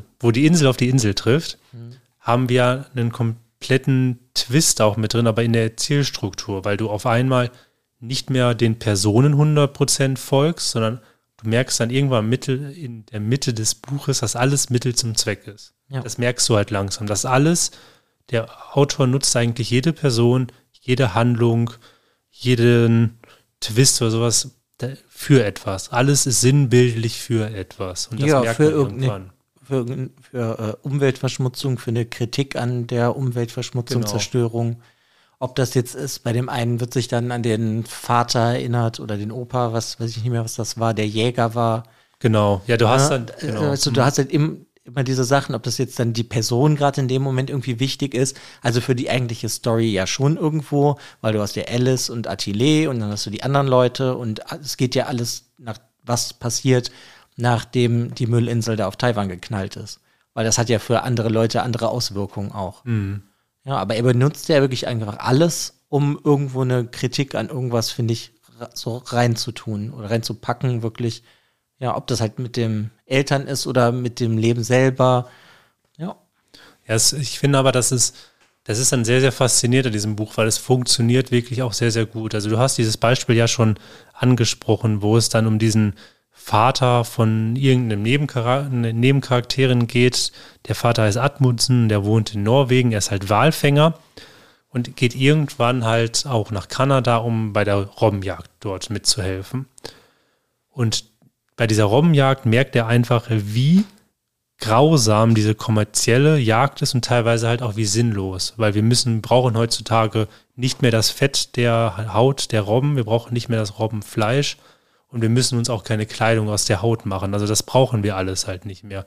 die Insel trifft, haben wir einen kompletten Twist auch mit drin, aber in der Erzählstruktur, weil du auf einmal nicht mehr den Personen 100% folgst, sondern du merkst dann irgendwann in der Mitte des Buches, dass alles Mittel zum Zweck ist. Ja. Das merkst du halt langsam. Das alles, der Autor nutzt eigentlich jede Person, jede Handlung, jeden Twist oder sowas für etwas. Alles ist sinnbildlich für etwas. Und das merkt man irgendwann. Für Umweltverschmutzung, für eine Kritik an der Umweltverschmutzung, genau. Zerstörung. Ob das jetzt ist, bei dem einen wird sich dann an den Vater erinnert oder den Opa, weiß ich nicht mehr, was das war, der Jäger war. Genau, ja, du hast dann, genau. Also, du hast halt immer diese Sachen, ob das jetzt dann die Person gerade in dem Moment irgendwie wichtig ist. Also für die eigentliche Story ja schon irgendwo, weil du hast ja Alice und Attilet und dann hast du die anderen Leute und es geht ja alles nach, was passiert, nachdem die Müllinsel da auf Taiwan geknallt ist. Weil das hat ja für andere Leute andere Auswirkungen auch. Mhm. Ja, aber er benutzt ja wirklich einfach alles, um irgendwo eine Kritik an irgendwas, finde ich, so reinzutun oder reinzupacken, wirklich. Ja, ob das halt mit dem Eltern ist oder mit dem Leben selber. Ja. Ja, ich finde aber, das ist dann sehr, sehr faszinierend an diesem Buch, weil es funktioniert wirklich auch sehr, sehr gut. Also du hast dieses Beispiel ja schon angesprochen, wo es dann um diesen Vater von irgendeinem Nebencharakterin geht. Der Vater heißt Admundsen, der wohnt in Norwegen, er ist halt Walfänger und geht irgendwann halt auch nach Kanada, um bei der Robbenjagd dort mitzuhelfen. Und bei dieser Robbenjagd merkt er einfach, wie grausam diese kommerzielle Jagd ist und teilweise halt auch wie sinnlos, weil wir brauchen heutzutage nicht mehr das Fett der Haut der Robben, wir brauchen nicht mehr das Robbenfleisch. Und wir müssen uns auch keine Kleidung aus der Haut machen. Also das brauchen wir alles halt nicht mehr.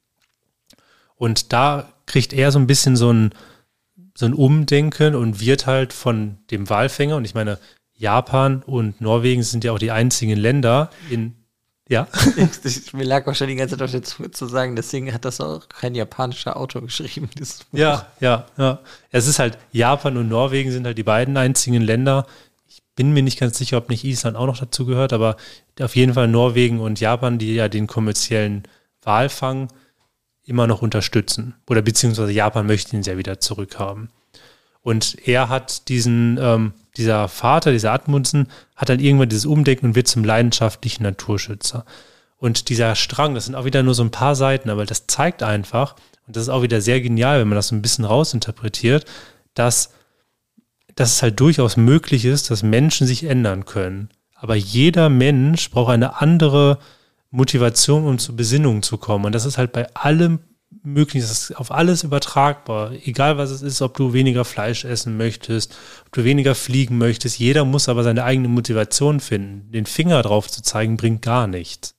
Und da kriegt er so ein bisschen so ein Umdenken und wird halt von dem Walfänger, und ich meine, Japan und Norwegen sind ja auch die einzigen Länder ja. Mir lag auch schon die ganze Zeit auf der Zunge zu sagen, deswegen hat das auch kein japanischer Autor geschrieben. Ja. Es ist halt, Japan und Norwegen sind halt die beiden einzigen Länder. Bin mir nicht ganz sicher, ob nicht Island auch noch dazu gehört, aber auf jeden Fall Norwegen und Japan, die ja den kommerziellen Walfang immer noch unterstützen. Oder beziehungsweise Japan möchte ihn ja wieder zurückhaben. Und er hat dieser Vater, dieser Admundsen, hat dann irgendwann dieses Umdenken und wird zum leidenschaftlichen Naturschützer. Und dieser Strang, das sind auch wieder nur so ein paar Seiten, aber das zeigt einfach, und das ist auch wieder sehr genial, wenn man das so ein bisschen rausinterpretiert, dass es halt durchaus möglich ist, dass Menschen sich ändern können. Aber jeder Mensch braucht eine andere Motivation, um zur Besinnung zu kommen. Und das ist halt bei allem möglich, das ist auf alles übertragbar. Egal was es ist, ob du weniger Fleisch essen möchtest, ob du weniger fliegen möchtest. Jeder muss aber seine eigene Motivation finden. Den Finger drauf zu zeigen, bringt gar nichts.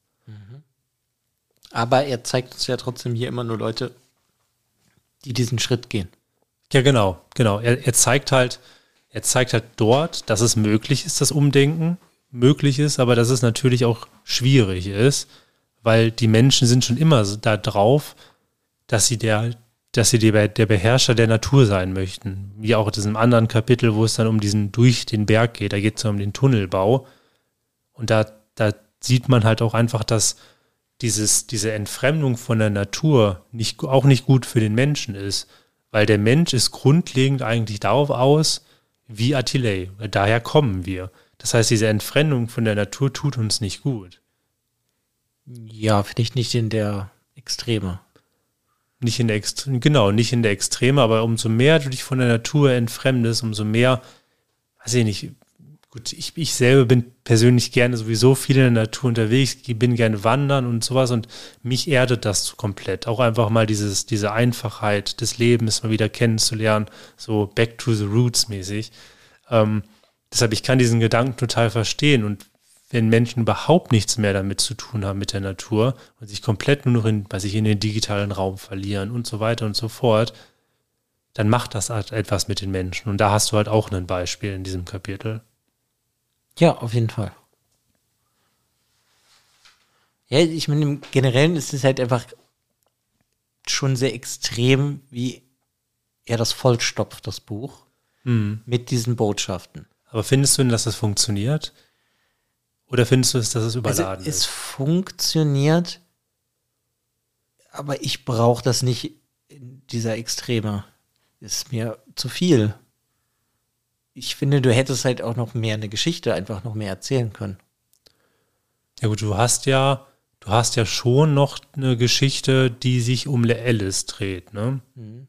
Aber er zeigt uns ja trotzdem hier immer nur Leute, die diesen Schritt gehen. Ja, genau. Er zeigt halt dort, dass es möglich ist, das Umdenken möglich ist, aber dass es natürlich auch schwierig ist, weil die Menschen sind schon immer da drauf, dass sie dass sie der Beherrscher der Natur sein möchten. Wie auch in diesem anderen Kapitel, wo es dann um diesen durch den Berg geht, da geht es ja um den Tunnelbau. Und da sieht man halt auch einfach, dass diese Entfremdung von der Natur auch nicht gut für den Menschen ist. Weil der Mensch ist grundlegend eigentlich darauf aus, wie Attilei. Daher kommen wir. Das heißt, diese Entfremdung von der Natur tut uns nicht gut. Ja, vielleicht nicht in der Extreme. Nicht in der Extreme, aber umso mehr du dich von der Natur entfremdest, umso mehr, weiß ich nicht, gut, ich selber bin persönlich gerne sowieso viel in der Natur unterwegs, bin gerne wandern und sowas und mich erdet das komplett. Auch einfach mal diese Einfachheit des Lebens mal wieder kennenzulernen, so back to the roots mäßig. Deshalb, ich kann diesen Gedanken total verstehen und wenn Menschen überhaupt nichts mehr damit zu tun haben mit der Natur und sich komplett nur noch in den digitalen Raum verlieren und so weiter und so fort, dann macht das halt etwas mit den Menschen. Und da hast du halt auch ein Beispiel in diesem Kapitel. Ja, auf jeden Fall. Ja, ich meine, im Generellen ist es halt einfach schon sehr extrem, wie er das vollstopft, das Buch, mit diesen Botschaften. Aber findest du denn, dass das funktioniert? Oder findest du, dass es überladen ist? Es funktioniert, aber ich brauche das nicht in dieser Extreme. Ist mir zu viel. Ich finde, du hättest halt auch noch mehr eine Geschichte einfach noch mehr erzählen können. Ja gut, du hast ja schon noch eine Geschichte, die sich um Alice dreht, ne?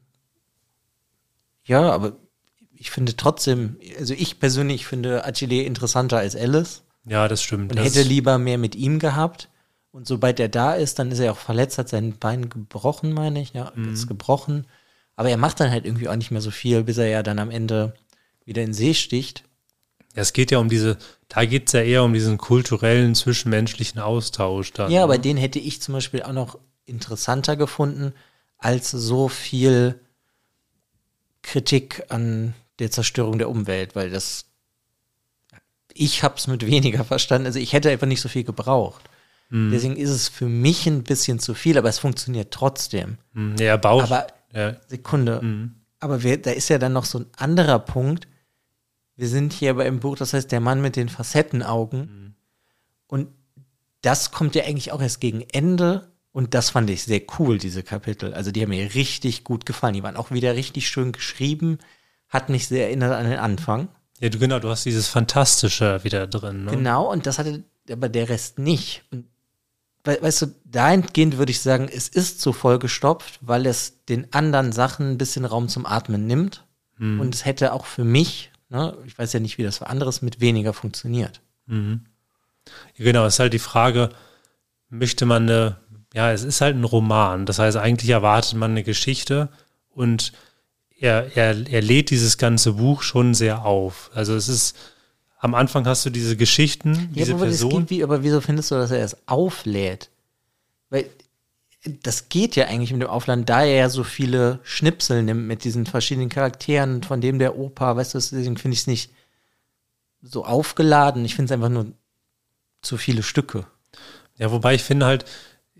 Ja, aber ich finde trotzdem, also ich persönlich finde Attilei interessanter als Alice. Ja, das stimmt. Und hätte lieber mehr mit ihm gehabt. Und sobald er da ist, dann ist er auch verletzt, hat sein Bein gebrochen, meine ich. Ja, ist gebrochen. Aber er macht dann halt irgendwie auch nicht mehr so viel, bis er ja dann am Ende wieder in den See sticht. Ja, es geht ja da geht es ja eher um diesen kulturellen, zwischenmenschlichen Austausch dann. Ja, aber den hätte ich zum Beispiel auch noch interessanter gefunden, als so viel Kritik an der Zerstörung der Umwelt, weil ich habe es mit weniger verstanden. Also ich hätte einfach nicht so viel gebraucht. Deswegen ist es für mich ein bisschen zu viel, aber es funktioniert trotzdem. Ja, Sekunde. Aber da ist ja dann noch so ein anderer Punkt. Wir sind hier aber im Buch, das heißt, der Mann mit den Facettenaugen. Und das kommt ja eigentlich auch erst gegen Ende. Und das fand ich sehr cool, diese Kapitel. Also die haben mir richtig gut gefallen. Die waren auch wieder richtig schön geschrieben. Hat mich sehr erinnert an den Anfang. Ja, du hast dieses Fantastische wieder drin. Ne? Genau, und das hatte aber der Rest nicht. Und weißt du, dahingehend würde ich sagen, es ist zu vollgestopft, weil es den anderen Sachen ein bisschen Raum zum Atmen nimmt. Und es hätte auch für mich, ne, ich weiß ja nicht, wie das für anderes, mit weniger funktioniert. Genau, es ist halt die Frage, möchte man es ist halt ein Roman. Das heißt, eigentlich erwartet man eine Geschichte und er lädt dieses ganze Buch schon sehr auf. Also es ist, am Anfang hast du diese Geschichten, diese Person. Aber wieso findest du, dass er es auflädt? Weil das geht ja eigentlich mit dem Aufladen, da er ja so viele Schnipsel nimmt mit diesen verschiedenen Charakteren, von dem der Opa, weißt du, deswegen finde ich es nicht so aufgeladen. Ich finde es einfach nur zu viele Stücke. Ja, wobei ich finde halt,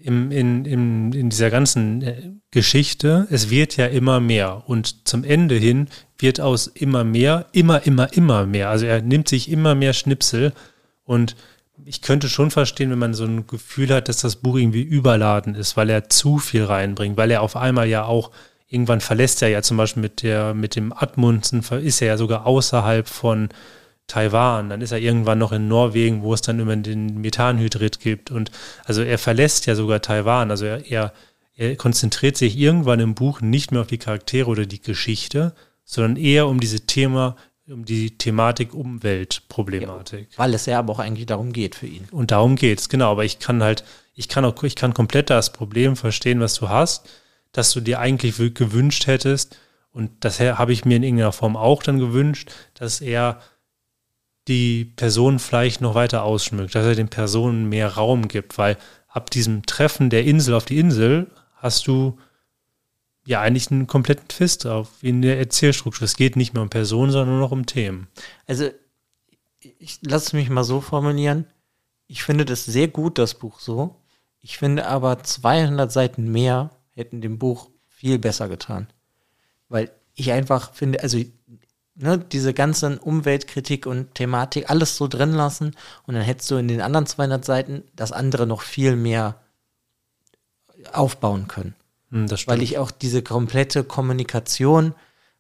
in dieser ganzen Geschichte, es wird ja immer mehr und zum Ende hin wird aus immer mehr, immer mehr. Also er nimmt sich immer mehr Schnipsel und ich könnte schon verstehen, wenn man so ein Gefühl hat, dass das Buch irgendwie überladen ist, weil er zu viel reinbringt, weil er auf einmal ja auch, irgendwann verlässt er ja zum Beispiel mit dem Amundsen, ist er ja sogar außerhalb von Taiwan, dann ist er irgendwann noch in Norwegen, wo es dann immer den Methanhydrid gibt und also er verlässt ja sogar Taiwan, also er konzentriert sich irgendwann im Buch nicht mehr auf die Charaktere oder die Geschichte, sondern eher um die Thematik Umweltproblematik. Ja, weil es ja aber auch eigentlich darum geht für ihn. Und darum geht's, genau, aber ich kann komplett das Problem verstehen, was du hast, dass du dir eigentlich gewünscht hättest und das habe ich mir in irgendeiner Form auch dann gewünscht, dass er die Person vielleicht noch weiter ausschmückt, dass er den Personen mehr Raum gibt, weil ab diesem Treffen der Insel auf die Insel hast du ja eigentlich einen kompletten Twist auf in der Erzählstruktur. Es geht nicht mehr um Personen, sondern nur noch um Themen. Also, ich lasse mich mal so formulieren. Ich finde das sehr gut, das Buch so. Ich finde aber 200 Seiten mehr hätten dem Buch viel besser getan. Weil ich einfach finde, also diese ganzen Umweltkritik und Thematik, alles so drin lassen und dann hättest du in den anderen 200 Seiten das andere noch viel mehr aufbauen können. Das stimmt. Weil ich auch diese komplette Kommunikation,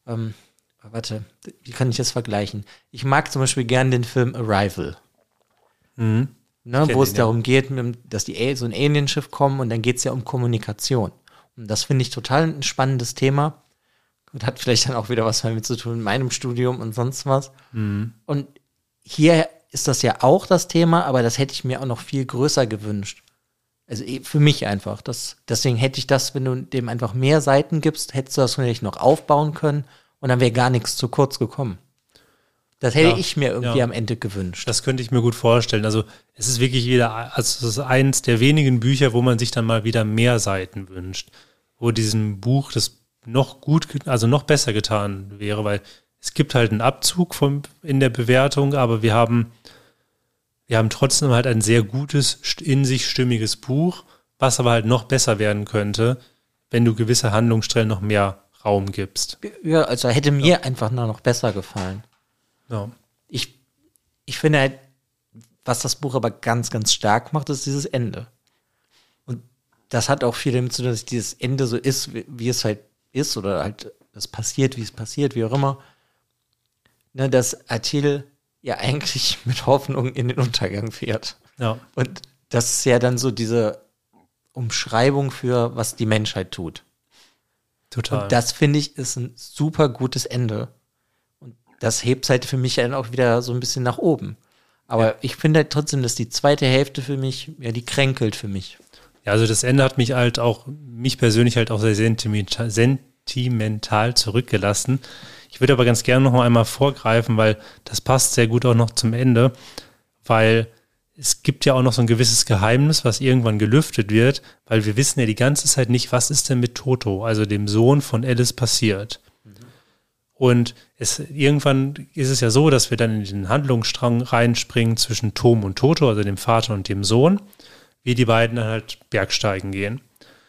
wie kann ich das vergleichen? Ich mag zum Beispiel gern den Film Arrival. Wo es darum geht, dass so ein Alienschiff kommen und dann geht es ja um Kommunikation. Und das finde ich total ein spannendes Thema und hat vielleicht dann auch wieder was damit zu tun in meinem Studium und sonst was. Und hier ist das ja auch das Thema, aber das hätte ich mir auch noch viel größer gewünscht. Also für mich einfach. Deswegen hätte ich das, wenn du dem einfach mehr Seiten gibst, hättest du das vielleicht noch aufbauen können und dann wäre gar nichts zu kurz gekommen. Das hätte ich mir irgendwie am Ende gewünscht. Das könnte ich mir gut vorstellen. Also es ist wirklich es ist eins der wenigen Bücher, wo man sich dann mal wieder mehr Seiten wünscht. Wo diesem Buch das noch besser getan wäre, weil es gibt halt einen Abzug in der Bewertung, aber wir haben trotzdem halt ein sehr gutes, in sich stimmiges Buch, was aber halt noch besser werden könnte, wenn du gewisse Handlungsstellen noch mehr Raum gibst. Ja, also hätte mir einfach noch besser gefallen. Ja. Ich finde halt, was das Buch aber ganz, ganz stark macht, ist dieses Ende. Und das hat auch viel damit zu tun, dass dieses Ende so ist, wie es halt ist, oder halt das passiert, wie es passiert, wie auch immer. Dass Attila ja eigentlich mit Hoffnung in den Untergang fährt. Ja. Und das ist ja dann so diese Umschreibung für, was die Menschheit tut. Total. Und das, finde ich, ist ein super gutes Ende. Und das hebt halt für mich dann auch wieder so ein bisschen nach oben. Aber ich finde halt trotzdem, dass die zweite Hälfte für mich, die kränkelt für mich. Ja, also das Ende hat mich persönlich halt auch sehr sentimental zurückgelassen. Ich würde aber ganz gerne noch mal einmal vorgreifen, weil das passt sehr gut auch noch zum Ende, weil es gibt ja auch noch so ein gewisses Geheimnis, was irgendwann gelüftet wird, weil wir wissen ja die ganze Zeit nicht, was ist denn mit Toto, also dem Sohn von Alice, passiert. Und irgendwann ist es ja so, dass wir dann in den Handlungsstrang reinspringen zwischen Tom und Toto, also dem Vater und dem Sohn, wie die beiden dann halt bergsteigen gehen.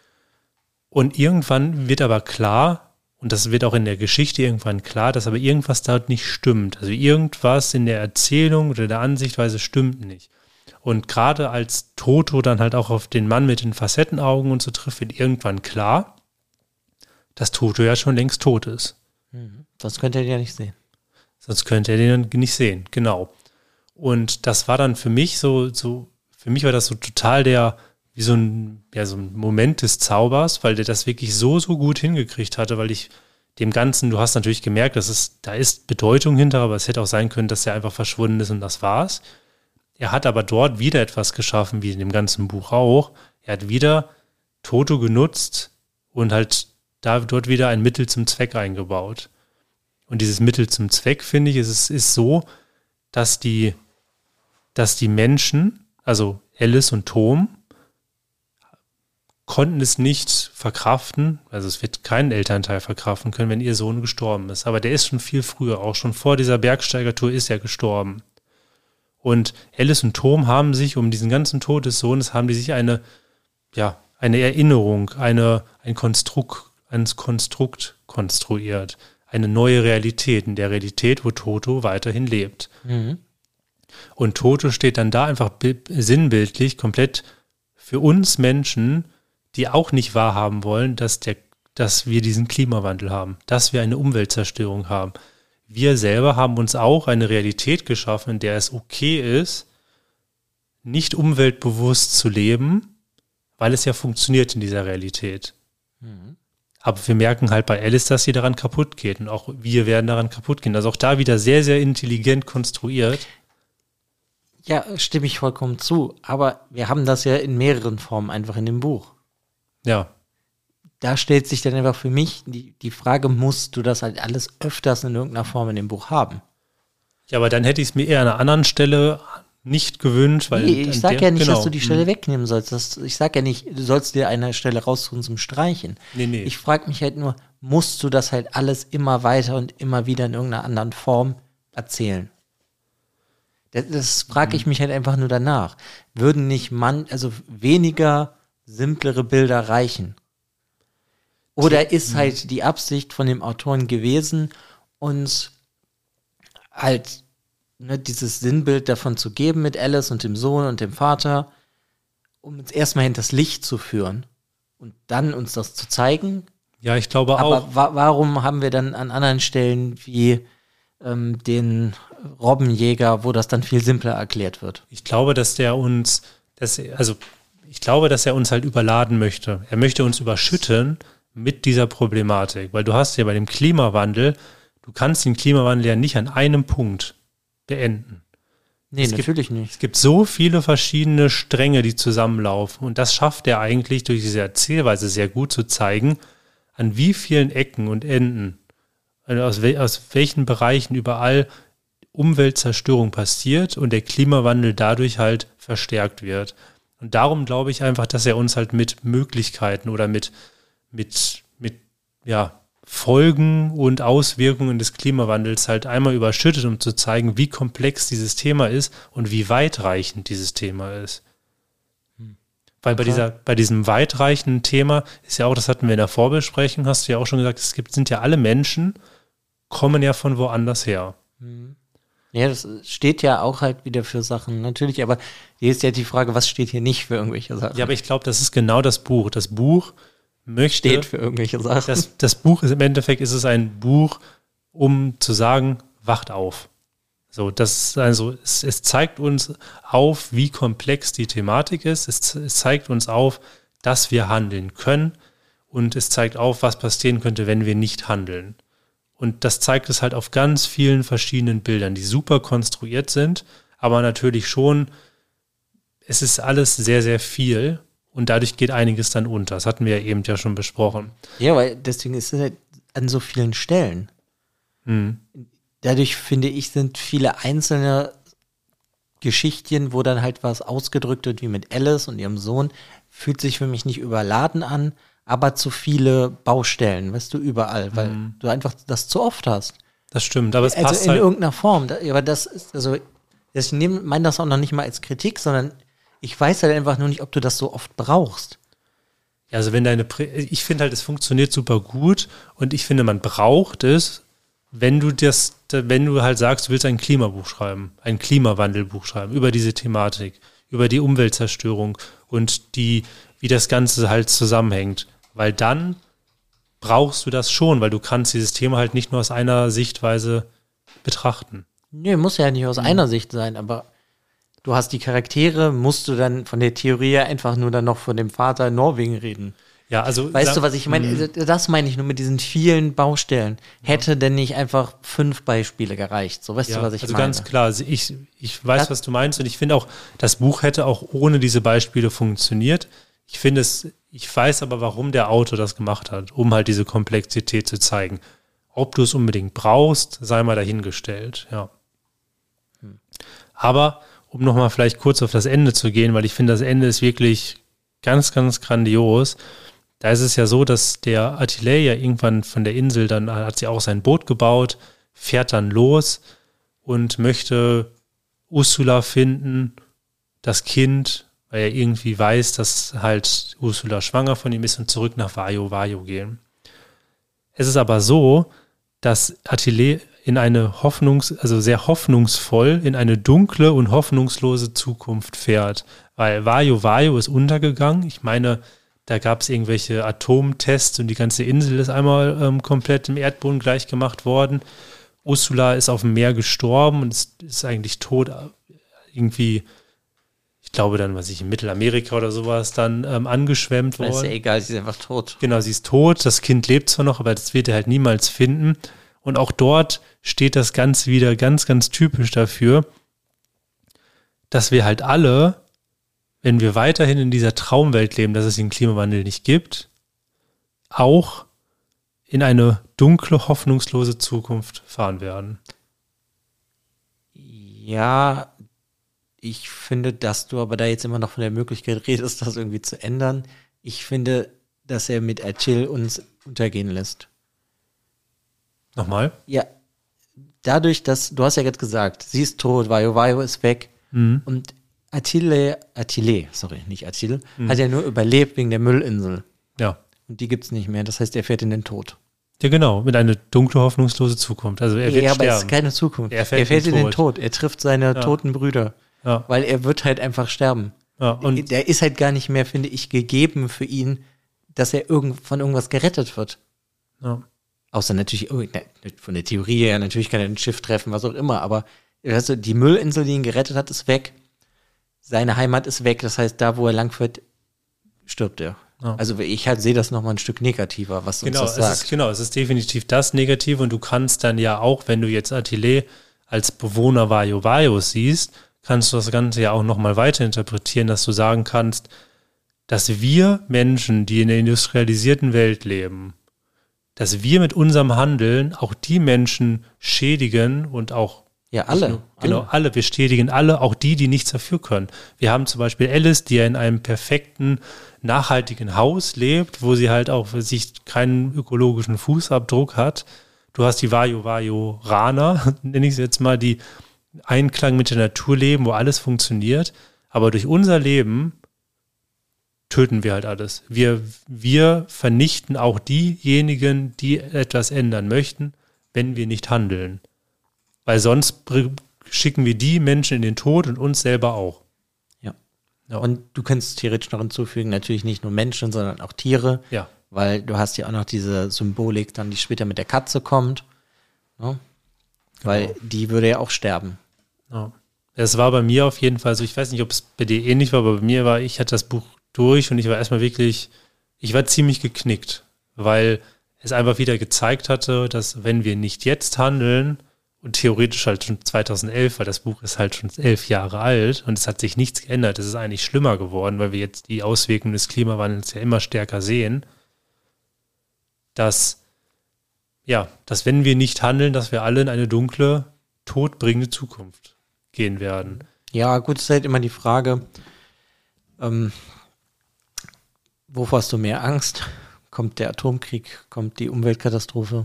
Und irgendwann wird aber klar, und das wird auch in der Geschichte irgendwann klar, dass aber irgendwas dort nicht stimmt. Also irgendwas in der Erzählung oder der Ansichtweise stimmt nicht. Und gerade als Toto dann halt auch auf den Mann mit den Facettenaugen und so trifft, wird irgendwann klar, dass Toto ja schon längst tot ist. Sonst könnte er den ja nicht sehen. Sonst könnte er den nicht sehen, genau. Und das war dann für mich für mich war das so total wie so ein Moment des Zaubers, weil der das wirklich so gut hingekriegt hatte, weil ich dem Ganzen, du hast natürlich gemerkt, da ist Bedeutung hinter, aber es hätte auch sein können, dass er einfach verschwunden ist und das war's. Er hat aber dort wieder etwas geschaffen, wie in dem ganzen Buch auch. Er hat wieder Toto genutzt und halt dort wieder ein Mittel zum Zweck eingebaut. Und dieses Mittel zum Zweck, finde ich, ist so, dass die Menschen, also Alice und Tom, konnten es nicht verkraften, also es wird kein Elternteil verkraften können, wenn ihr Sohn gestorben ist. Aber der ist schon viel früher, auch schon vor dieser Bergsteigertour ist er gestorben. Und Alice und Tom haben sich um diesen ganzen Tod des Sohnes, haben die sich eine Erinnerung, ein Konstrukt konstruiert. Eine neue Realität, in der Realität, wo Toto weiterhin lebt. Und Toto steht dann da einfach sinnbildlich komplett für uns Menschen, die auch nicht wahrhaben wollen, dass wir diesen Klimawandel haben, dass wir eine Umweltzerstörung haben. Wir selber haben uns auch eine Realität geschaffen, in der es okay ist, nicht umweltbewusst zu leben, weil es ja funktioniert in dieser Realität. Aber wir merken halt bei Alice, dass sie daran kaputt geht und auch wir werden daran kaputt gehen. Also auch da wieder sehr, sehr intelligent konstruiert. Ja, stimme ich vollkommen zu. Aber wir haben das ja in mehreren Formen einfach in dem Buch. Ja. Da stellt sich dann einfach für mich die Frage, musst du das halt alles öfters in irgendeiner Form in dem Buch haben? Ja, aber dann hätte ich es mir eher an einer anderen Stelle nicht gewünscht. Weil ich sage ja nicht, dass du die Stelle wegnehmen sollst. Ich sage ja nicht, du sollst dir eine Stelle raussuchen zum Streichen. Nee. Ich frage mich halt nur, musst du das halt alles immer weiter und immer wieder in irgendeiner anderen Form erzählen? Das frage ich mich halt einfach nur danach. Würden nicht weniger simplere Bilder reichen? Oder ist halt die Absicht von dem Autoren gewesen, uns halt dieses Sinnbild davon zu geben mit Alice und dem Sohn und dem Vater, um uns erstmal hinters Licht zu führen und dann uns das zu zeigen. Ja, ich glaube Aber auch. warum haben wir dann an anderen Stellen wie den Robbenjäger, wo das dann viel simpler erklärt wird? Ich glaube, dass er uns halt überladen möchte. Er möchte uns überschütten mit dieser Problematik, weil du hast ja bei dem Klimawandel, du kannst den Klimawandel ja nicht an einem Punkt beenden. Nee, natürlich nicht. Es gibt so viele verschiedene Stränge, die zusammenlaufen und das schafft er eigentlich durch diese Erzählweise sehr gut zu zeigen, an wie vielen Ecken und Enden, also aus welchen Bereichen überall Umweltzerstörung passiert und der Klimawandel dadurch halt verstärkt wird. Und darum glaube ich einfach, dass er uns halt mit Möglichkeiten oder mit Folgen und Auswirkungen des Klimawandels halt einmal überschüttet, um zu zeigen, wie komplex dieses Thema ist und wie weitreichend dieses Thema ist. Weil bei diesem weitreichenden Thema ist ja auch, das hatten wir in der Vorbesprechung, hast du ja auch schon gesagt, sind ja alle Menschen, kommen ja von woanders her. Ja, das steht ja auch halt wieder für Sachen, natürlich, aber hier ist ja die Frage, was steht hier nicht für irgendwelche Sachen? Ja, aber ich glaube, das ist genau das Buch. Das Buch steht für irgendwelche Sachen. Das Buch ist im Endeffekt ein Buch, um zu sagen, wacht auf. So, es zeigt uns auf, wie komplex die Thematik ist. Es zeigt uns auf, dass wir handeln können und es zeigt auf, was passieren könnte, wenn wir nicht handeln. Und das zeigt es halt auf ganz vielen verschiedenen Bildern, die super konstruiert sind, aber natürlich schon, es ist alles sehr, sehr viel. Und dadurch geht einiges dann unter. Das hatten wir ja eben ja schon besprochen. Ja, weil deswegen ist es halt an so vielen Stellen. Dadurch, finde ich, sind viele einzelne Geschichten, wo dann halt was ausgedrückt wird, wie mit Alice und ihrem Sohn, fühlt sich für mich nicht überladen an, aber zu viele Baustellen, weißt du, überall, weil du einfach das zu oft hast. Das stimmt, aber es passt also in irgendeiner Form. Aber das ist, also, ich meine das auch noch nicht mal als Kritik, sondern ich weiß halt einfach nur nicht, ob du das so oft brauchst. Ja, also ich finde halt, es funktioniert super gut und ich finde, man braucht es, wenn du halt sagst, du willst ein Klimabuch schreiben, ein Klimawandelbuch schreiben, über diese Thematik, über die Umweltzerstörung und wie das Ganze halt zusammenhängt. Weil dann brauchst du das schon, weil du kannst dieses Thema halt nicht nur aus einer Sichtweise betrachten. Nee, muss ja nicht aus einer Sicht sein, aber du hast die Charaktere, musst du dann von der Theorie her einfach nur dann noch von dem Vater in Norwegen reden. Ja, also. Weißt du, was ich meine? Das meine ich nur mit diesen vielen Baustellen. Hätte denn nicht einfach 5 Beispiele gereicht? So, weißt du, was ich meine? Also ganz klar, ich weiß, was du meinst und ich finde auch, das Buch hätte auch ohne diese Beispiele funktioniert. Ich weiß aber, warum der Autor das gemacht hat, um halt diese Komplexität zu zeigen. Ob du es unbedingt brauchst, sei mal dahingestellt, ja. Aber um nochmal vielleicht kurz auf das Ende zu gehen, weil ich finde, das Ende ist wirklich ganz, ganz grandios. Da ist es ja so, dass der Attila ja irgendwann von der Insel, dann hat sie auch sein Boot gebaut, fährt dann los und möchte Ursula finden, das Kind, weil er irgendwie weiß, dass halt Ursula schwanger von ihm ist und zurück nach Vajo gehen. Es ist aber so, dass Attila in eine sehr hoffnungsvoll in eine dunkle und hoffnungslose Zukunft fährt. Weil Vajo ist untergegangen. Ich meine, da gab es irgendwelche Atomtests und die ganze Insel ist einmal komplett im Erdboden gleichgemacht worden. Ursula ist auf dem Meer gestorben und ist eigentlich tot. Irgendwie, ich glaube dann, in Mittelamerika oder sowas dann angeschwemmt worden. Ist ja egal, sie ist einfach tot. Genau, sie ist tot. Das Kind lebt zwar noch, aber das wird er halt niemals finden. Und auch dort steht das Ganze wieder ganz, ganz typisch dafür, dass wir halt alle, wenn wir weiterhin in dieser Traumwelt leben, dass es den Klimawandel nicht gibt, auch in eine dunkle, hoffnungslose Zukunft fahren werden. Ja, ich finde, dass du aber da jetzt immer noch von der Möglichkeit redest, das irgendwie zu ändern. Ich finde, dass er mit Achille uns untergehen lässt. Nochmal? Ja, dadurch, dass, du hast ja gerade gesagt, sie ist tot, Vajo ist weg und Attila, hat ja nur überlebt wegen der Müllinsel. Ja. Und die gibt es nicht mehr. Das heißt, er fährt in den Tod. Ja, genau, mit einer dunkle, hoffnungslose Zukunft. Also er wird sterben. Aber es ist keine Zukunft. Er fährt in den Tod. Er trifft seine toten Brüder. Ja. Weil er wird halt einfach sterben. Ja, und der ist halt gar nicht mehr, finde ich, gegeben für ihn, dass er von irgendwas gerettet wird. Ja. Außer natürlich, von der Theorie her, natürlich kann er ein Schiff treffen, was auch immer, aber also die Müllinsel, die ihn gerettet hat, ist weg. Seine Heimat ist weg, das heißt, da, wo er langfährt, stirbt er. Ja. Also ich halt sehe das nochmal ein Stück negativer, was du uns das sagst. Es ist definitiv das Negative und du kannst dann ja auch, wenn du jetzt Attilé als Bewohner Vajo-Vajos siehst, kannst du das Ganze ja auch nochmal weiter interpretieren, dass du sagen kannst, dass wir Menschen, die in der industrialisierten Welt leben, dass wir mit unserem Handeln auch die Menschen schädigen und auch alle. Wir schädigen alle, auch die nichts dafür können. Wir haben zum Beispiel Alice, die ja in einem perfekten, nachhaltigen Haus lebt, wo sie halt auch für sich keinen ökologischen Fußabdruck hat. Du hast die Vajo-Vajoraner, nenne ich es jetzt mal, die Einklang mit der Natur leben, wo alles funktioniert. Aber durch unser Leben töten wir halt alles. Wir vernichten auch diejenigen, die etwas ändern möchten, wenn wir nicht handeln. Weil sonst schicken wir die Menschen in den Tod und uns selber auch. Ja. Und du kannst theoretisch noch hinzufügen, natürlich nicht nur Menschen, sondern auch Tiere. Ja. Weil du hast ja auch noch diese Symbolik, dann die später mit der Katze kommt. Ja? Weil die würde ja auch sterben. Ja. Es war bei mir auf jeden Fall so, ich weiß nicht, ob es bei dir ähnlich war, aber bei mir ich hatte das Buch durch und ich war erstmal ich war ziemlich geknickt, weil es einfach wieder gezeigt hatte, dass wenn wir nicht jetzt handeln und theoretisch halt schon 2011, weil das Buch ist halt schon 11 Jahre alt und es hat sich nichts geändert, es ist eigentlich schlimmer geworden, weil wir jetzt die Auswirkungen des Klimawandels ja immer stärker sehen, dass wenn wir nicht handeln, dass wir alle in eine dunkle, todbringende Zukunft gehen werden. Ja, gut, es ist halt immer die Frage, wovor hast du mehr Angst? Kommt der Atomkrieg? Kommt die Umweltkatastrophe?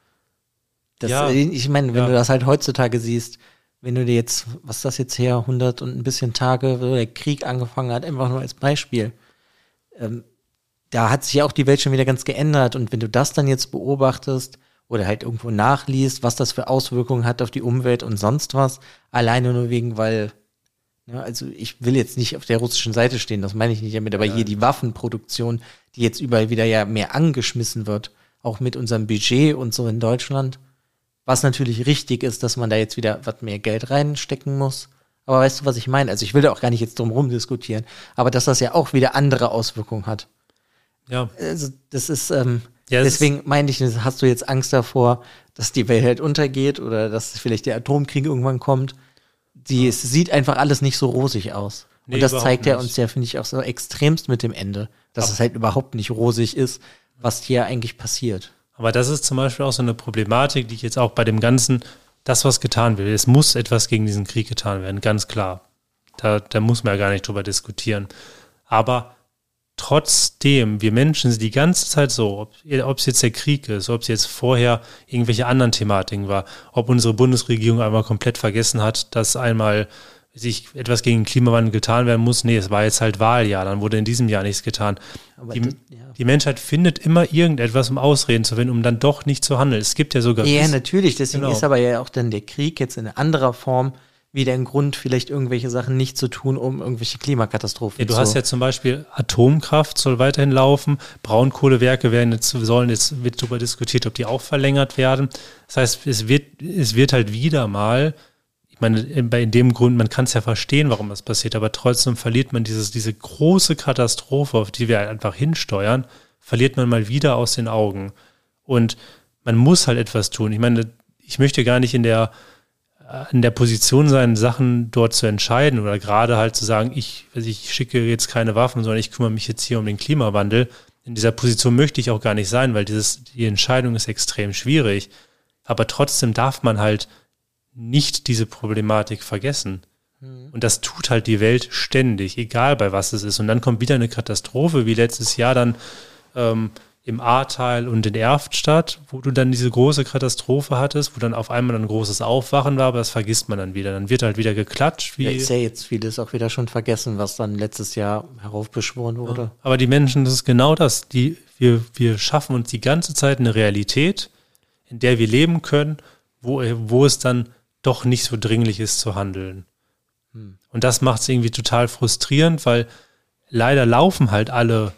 Ich meine, wenn du das halt heutzutage siehst, wenn du dir jetzt, was ist das jetzt her, 100 und ein bisschen Tage, wo der Krieg angefangen hat, einfach nur als Beispiel, da hat sich ja auch die Welt schon wieder ganz geändert und wenn du das dann jetzt beobachtest oder halt irgendwo nachliest, was das für Auswirkungen hat auf die Umwelt und sonst was, alleine nur weil also ich will jetzt nicht auf der russischen Seite stehen, das meine ich nicht damit, aber hier die Waffenproduktion, die jetzt überall wieder ja mehr angeschmissen wird, auch mit unserem Budget und so in Deutschland, was natürlich richtig ist, dass man da jetzt wieder was mehr Geld reinstecken muss. Aber weißt du, was ich meine? Also ich will da auch gar nicht jetzt drum rumdiskutieren, aber dass das ja auch wieder andere Auswirkungen hat. Ja. Also das ist, deswegen meine ich, hast du jetzt Angst davor, dass die Welt halt untergeht oder dass vielleicht der Atomkrieg irgendwann kommt? Es sieht einfach alles nicht so rosig aus. Nee, und das zeigt ja uns ja, finde ich, auch so extremst mit dem Ende, dass es halt überhaupt nicht rosig ist, was hier eigentlich passiert. Aber das ist zum Beispiel auch so eine Problematik, die ich jetzt auch bei dem Ganzen, das, was getan wird, es muss etwas gegen diesen Krieg getan werden, ganz klar. Da muss man ja gar nicht drüber diskutieren. Aber trotzdem, wir Menschen sind die ganze Zeit so, ob es jetzt der Krieg ist, ob es jetzt vorher irgendwelche anderen Thematiken war, ob unsere Bundesregierung einmal komplett vergessen hat, dass einmal sich etwas gegen den Klimawandel getan werden muss. Nee, es war jetzt halt Wahljahr, dann wurde in diesem Jahr nichts getan. Aber die Menschheit findet immer irgendetwas, um Ausreden zu finden, um dann doch nicht zu handeln. Es gibt ja sogar... Ja, natürlich, deswegen ist aber ja auch dann der Krieg jetzt in anderer Form wieder ein Grund, vielleicht irgendwelche Sachen nicht zu tun, um irgendwelche Klimakatastrophen zu... Ja, du hast ja zum Beispiel Atomkraft soll weiterhin laufen, Braunkohlewerke wird darüber diskutiert, ob die auch verlängert werden. Das heißt, es wird halt wieder mal, ich meine, in dem Grund, man kann es ja verstehen, warum das passiert, aber trotzdem verliert man diese große Katastrophe, auf die wir halt einfach hinsteuern, verliert man mal wieder aus den Augen. Und man muss halt etwas tun. Ich meine, ich möchte gar nicht in der Position sein, Sachen dort zu entscheiden oder gerade halt zu sagen, ich schicke jetzt keine Waffen, sondern ich kümmere mich jetzt hier um den Klimawandel. In dieser Position möchte ich auch gar nicht sein, weil die Entscheidung ist extrem schwierig. Aber trotzdem darf man halt nicht diese Problematik vergessen. Und das tut halt die Welt ständig, egal bei was es ist. Und dann kommt wieder eine Katastrophe, wie letztes Jahr dann im Ahrtal und in Erftstadt, wo du dann diese große Katastrophe hattest, wo dann auf einmal ein großes Aufwachen war, aber das vergisst man dann wieder. Dann wird halt wieder geklatscht. Ist ja jetzt vieles auch wieder schon vergessen, was dann letztes Jahr heraufbeschworen wurde. Ja, aber die Menschen, das ist genau das. Wir wir schaffen uns die ganze Zeit eine Realität, in der wir leben können, wo es dann doch nicht so dringlich ist zu handeln. Und das macht es irgendwie total frustrierend, weil leider laufen halt alle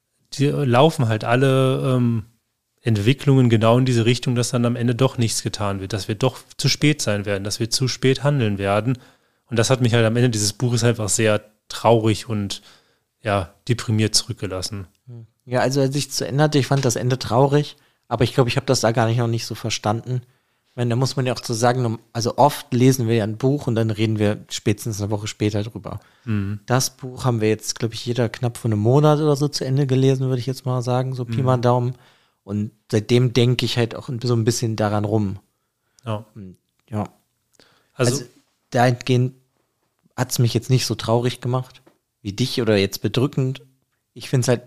Entwicklungen genau in diese Richtung, dass dann am Ende doch nichts getan wird, dass wir doch zu spät sein werden, dass wir zu spät handeln werden. Und das hat mich halt am Ende dieses Buches einfach sehr traurig und ja, deprimiert zurückgelassen. Ja, also als ich zu Ende hatte, ich fand das Ende traurig, aber ich glaube, ich habe das da gar noch nicht so verstanden. Ich meine, da muss man ja auch zu sagen, also oft lesen wir ja ein Buch und dann reden wir spätestens eine Woche später drüber. Das Buch haben wir jetzt, glaube ich, jeder knapp vor einem Monat oder so zu Ende gelesen, würde ich jetzt mal sagen, so Pi mal Daumen. Und seitdem denke ich halt auch so ein bisschen daran rum. Ja. Ja. Also dahingehend hat es mich jetzt nicht so traurig gemacht wie dich oder jetzt bedrückend. Ich finde es halt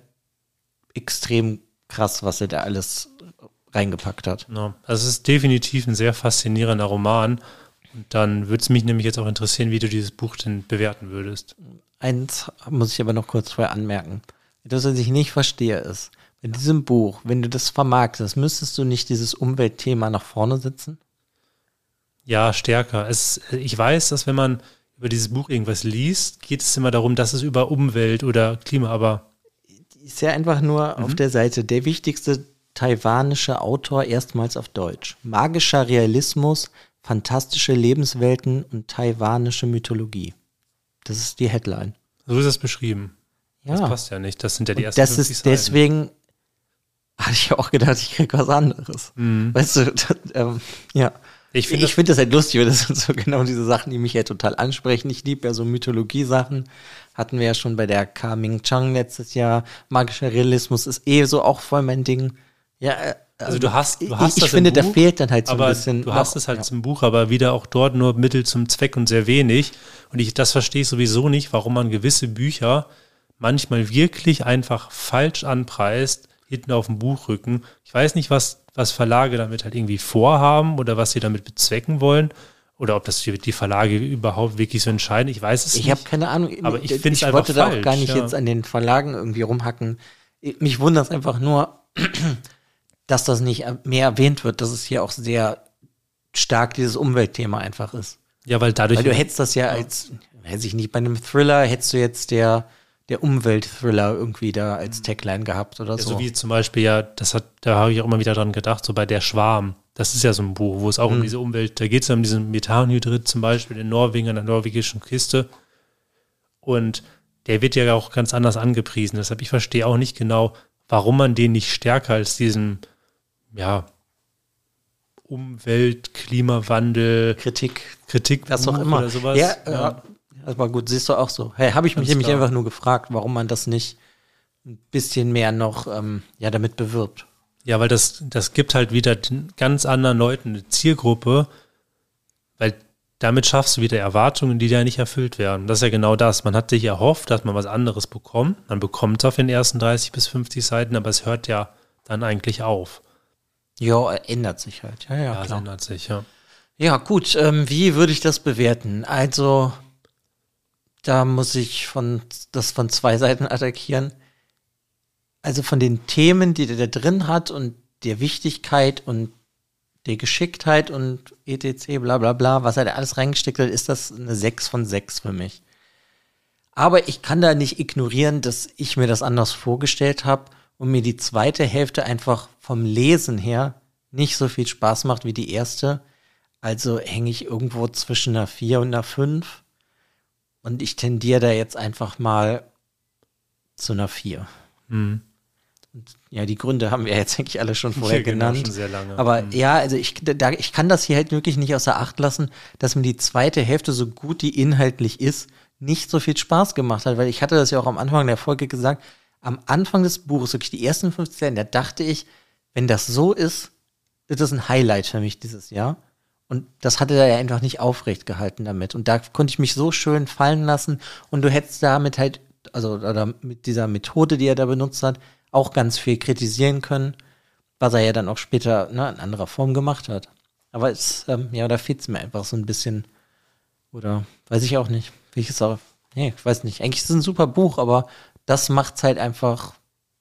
extrem krass, was er da alles reingepackt hat. Ja. Also es ist definitiv ein sehr faszinierender Roman. Und dann würde es mich nämlich jetzt auch interessieren, wie du dieses Buch denn bewerten würdest. Eins muss ich aber noch kurz vorher anmerken. Das, was ich nicht verstehe, ist, in diesem Buch, wenn du das vermarktest, müsstest du nicht dieses Umweltthema nach vorne setzen? Ja, stärker. Ich weiß, dass wenn man über dieses Buch irgendwas liest, geht es immer darum, dass es über Umwelt oder Klima, aber ist ja einfach nur auf der Seite der wichtigste taiwanische Autor erstmals auf Deutsch. Magischer Realismus, fantastische Lebenswelten und taiwanische Mythologie. Das ist die Headline. So ist es beschrieben. Ja. Das passt ja nicht. Das sind ja die ersten das 50 ist Seiten. deswegen hatte ich auch gedacht, ich krieg was anderes. Weißt du, ja. Ich finde das halt lustig, weil das sind so genau diese Sachen, die mich ja total ansprechen. Ich liebe ja so Mythologie-Sachen. Hatten wir ja schon bei der Ka-Ming Chang letztes Jahr. Magischer Realismus ist so auch voll mein Ding. Ja, also du hast ich das finde, im da Buch, fehlt dann halt so ein aber bisschen. Du hast es halt zum Buch, aber wieder auch dort nur Mittel zum Zweck und sehr wenig. Und das verstehe ich sowieso nicht, warum man gewisse Bücher manchmal wirklich einfach falsch anpreist, hinten auf dem Buchrücken. Ich weiß nicht, was Verlage damit halt irgendwie vorhaben oder was sie damit bezwecken wollen. Oder ob das die Verlage überhaupt wirklich so entscheiden. Ich weiß es nicht. Ich habe keine Ahnung. Aber ich finde es einfach falsch. Ich wollte da auch gar nicht jetzt an den Verlagen irgendwie rumhacken. Mich wundert es einfach nur, dass das nicht mehr erwähnt wird, dass es hier auch sehr stark dieses Umweltthema einfach ist. Ja, weil dadurch. Weil du hättest das ja als, weiß ich nicht, bei einem Thriller hättest du jetzt der Umweltthriller irgendwie da als Tagline gehabt oder so. So wie zum Beispiel, da habe ich auch immer wieder dran gedacht, so bei Der Schwarm. Das ist ja so ein Buch, wo es auch um diese Umwelt, da geht es ja um diesen Methanhydrid zum Beispiel in Norwegen, an der norwegischen Küste. Und der wird ja auch ganz anders angepriesen. Deshalb, ich verstehe auch nicht genau, warum man den nicht stärker als diesen, Umwelt, Klimawandel, Kritik, was auch immer oder sowas. Ja. Aber gut, siehst du auch so. Hey, habe ich mich nämlich einfach nur gefragt, warum man das nicht ein bisschen mehr noch damit bewirbt. Ja, weil das gibt halt wieder ganz anderen Leuten eine Zielgruppe, weil damit schaffst du wieder Erwartungen, die da nicht erfüllt werden. Das ist ja genau das. Man hat sich erhofft, dass man was anderes bekommt. Man bekommt es auf den ersten 30 bis 50 Seiten, aber es hört ja dann eigentlich auf. Ja, ändert sich halt. Ja, klar. Es ändert sich, ja. Ja, gut. Wie würde ich das bewerten? Also, da muss ich das von zwei Seiten attackieren. Also von den Themen, die der da drin hat und der Wichtigkeit und der Geschicktheit und etc. bla bla bla, was er da alles reingesteckt hat, ist das eine 6 von 6 für mich. Aber ich kann da nicht ignorieren, dass ich mir das anders vorgestellt habe und mir die zweite Hälfte einfach vom Lesen her nicht so viel Spaß macht wie die erste. Also hänge ich irgendwo zwischen einer 4 und einer 5. Und ich tendiere da jetzt einfach mal zu einer 4. Und ja, die Gründe haben wir jetzt eigentlich alle schon vorher genannt. Schon sehr lange. Aber also ich kann das hier halt wirklich nicht außer Acht lassen, dass mir die zweite Hälfte, so gut die inhaltlich ist, nicht so viel Spaß gemacht hat. Weil ich hatte das ja auch am Anfang der Folge gesagt, am Anfang des Buches, wirklich die ersten 50 Seiten, da dachte ich, wenn das so ist das ein Highlight für mich dieses Jahr. Und das hatte er ja einfach nicht aufrecht gehalten damit. Und da konnte ich mich so schön fallen lassen. Und du hättest damit halt, oder mit dieser Methode, die er da benutzt hat, auch ganz viel kritisieren können, was er ja dann auch später in anderer Form gemacht hat. Aber da fehlt es mir einfach so ein bisschen. Oder weiß ich auch nicht. Ich weiß nicht. Eigentlich ist es ein super Buch, aber das macht's halt einfach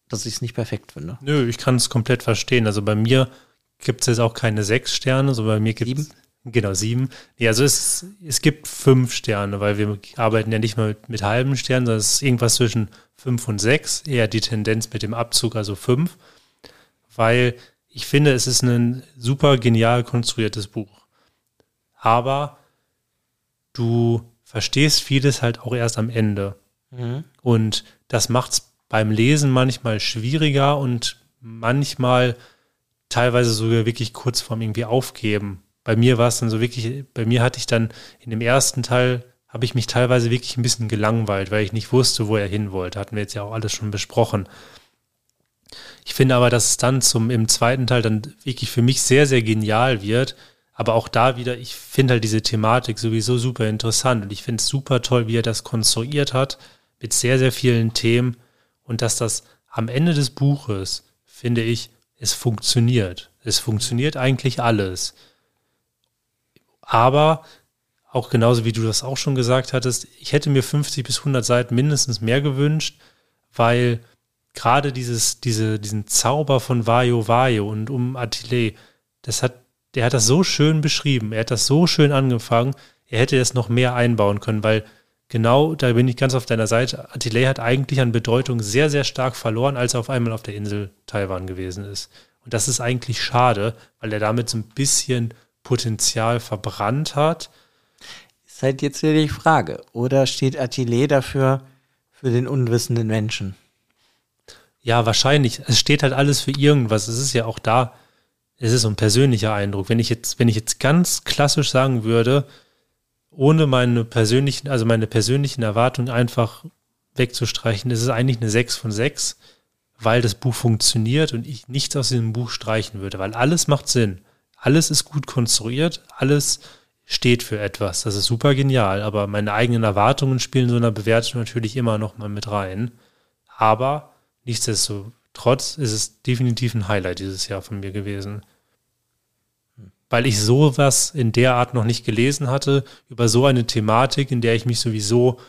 dass ich es nicht perfekt finde. Nö, ich kann es komplett verstehen. Also bei mir gibt es jetzt auch keine 6 Sterne, sondern bei mir gibt es 7. Ja, also es gibt 5 Sterne, weil wir arbeiten ja nicht mal mit halben Sternen, sondern es ist irgendwas zwischen 5 und 6, eher die Tendenz mit dem Abzug, also 5, weil ich finde, es ist ein super genial konstruiertes Buch. Aber du verstehst vieles halt auch erst am Ende. Mhm. Und das macht es beim Lesen manchmal schwieriger und manchmal teilweise sogar wirklich kurz vorm irgendwie aufgeben. Bei mir war es dann so wirklich, bei mir hatte ich dann in dem ersten Teil, habe ich mich teilweise wirklich ein bisschen gelangweilt, weil ich nicht wusste, wo er hin wollte. Hatten wir jetzt ja auch alles schon besprochen. Ich finde aber, dass es dann im zweiten Teil dann wirklich für mich sehr, sehr genial wird. Aber auch da wieder, ich finde halt diese Thematik sowieso super interessant und ich finde es super toll, wie er das konstruiert hat mit sehr, sehr vielen Themen und dass das am Ende des Buches, finde ich, es funktioniert. Es funktioniert eigentlich alles. Aber auch genauso wie du das auch schon gesagt hattest, ich hätte mir 50 bis 100 Seiten mindestens mehr gewünscht, weil gerade diesen Zauber von Vajo Vajo und Attila, der hat das so schön beschrieben, er hat das so schön angefangen, er hätte es noch mehr einbauen können, weil genau, da bin ich ganz auf deiner Seite, Attila hat eigentlich an Bedeutung sehr, sehr stark verloren, als er auf einmal auf der Insel Taiwan gewesen ist. Und das ist eigentlich schade, weil er damit so ein bisschen Potenzial verbrannt hat. Ist halt jetzt wieder die Frage, oder steht Attila dafür für den unwissenden Menschen? Ja, wahrscheinlich. Es steht halt alles für irgendwas. Es ist ja auch da, es ist so ein persönlicher Eindruck. Wenn ich jetzt ganz klassisch sagen würde, ohne meine persönlichen Erwartungen einfach wegzustreichen, ist es eigentlich eine 6 von 6, weil das Buch funktioniert und ich nichts aus diesem Buch streichen würde, weil alles macht Sinn. Alles ist gut konstruiert, alles steht für etwas. Das ist super genial, aber meine eigenen Erwartungen spielen in so einer Bewertung natürlich immer noch mal mit rein. Aber nichtsdestotrotz ist es definitiv ein Highlight dieses Jahr von mir gewesen. Weil ich sowas in der Art noch nicht gelesen hatte, über so eine Thematik, in der ich mich sowieso,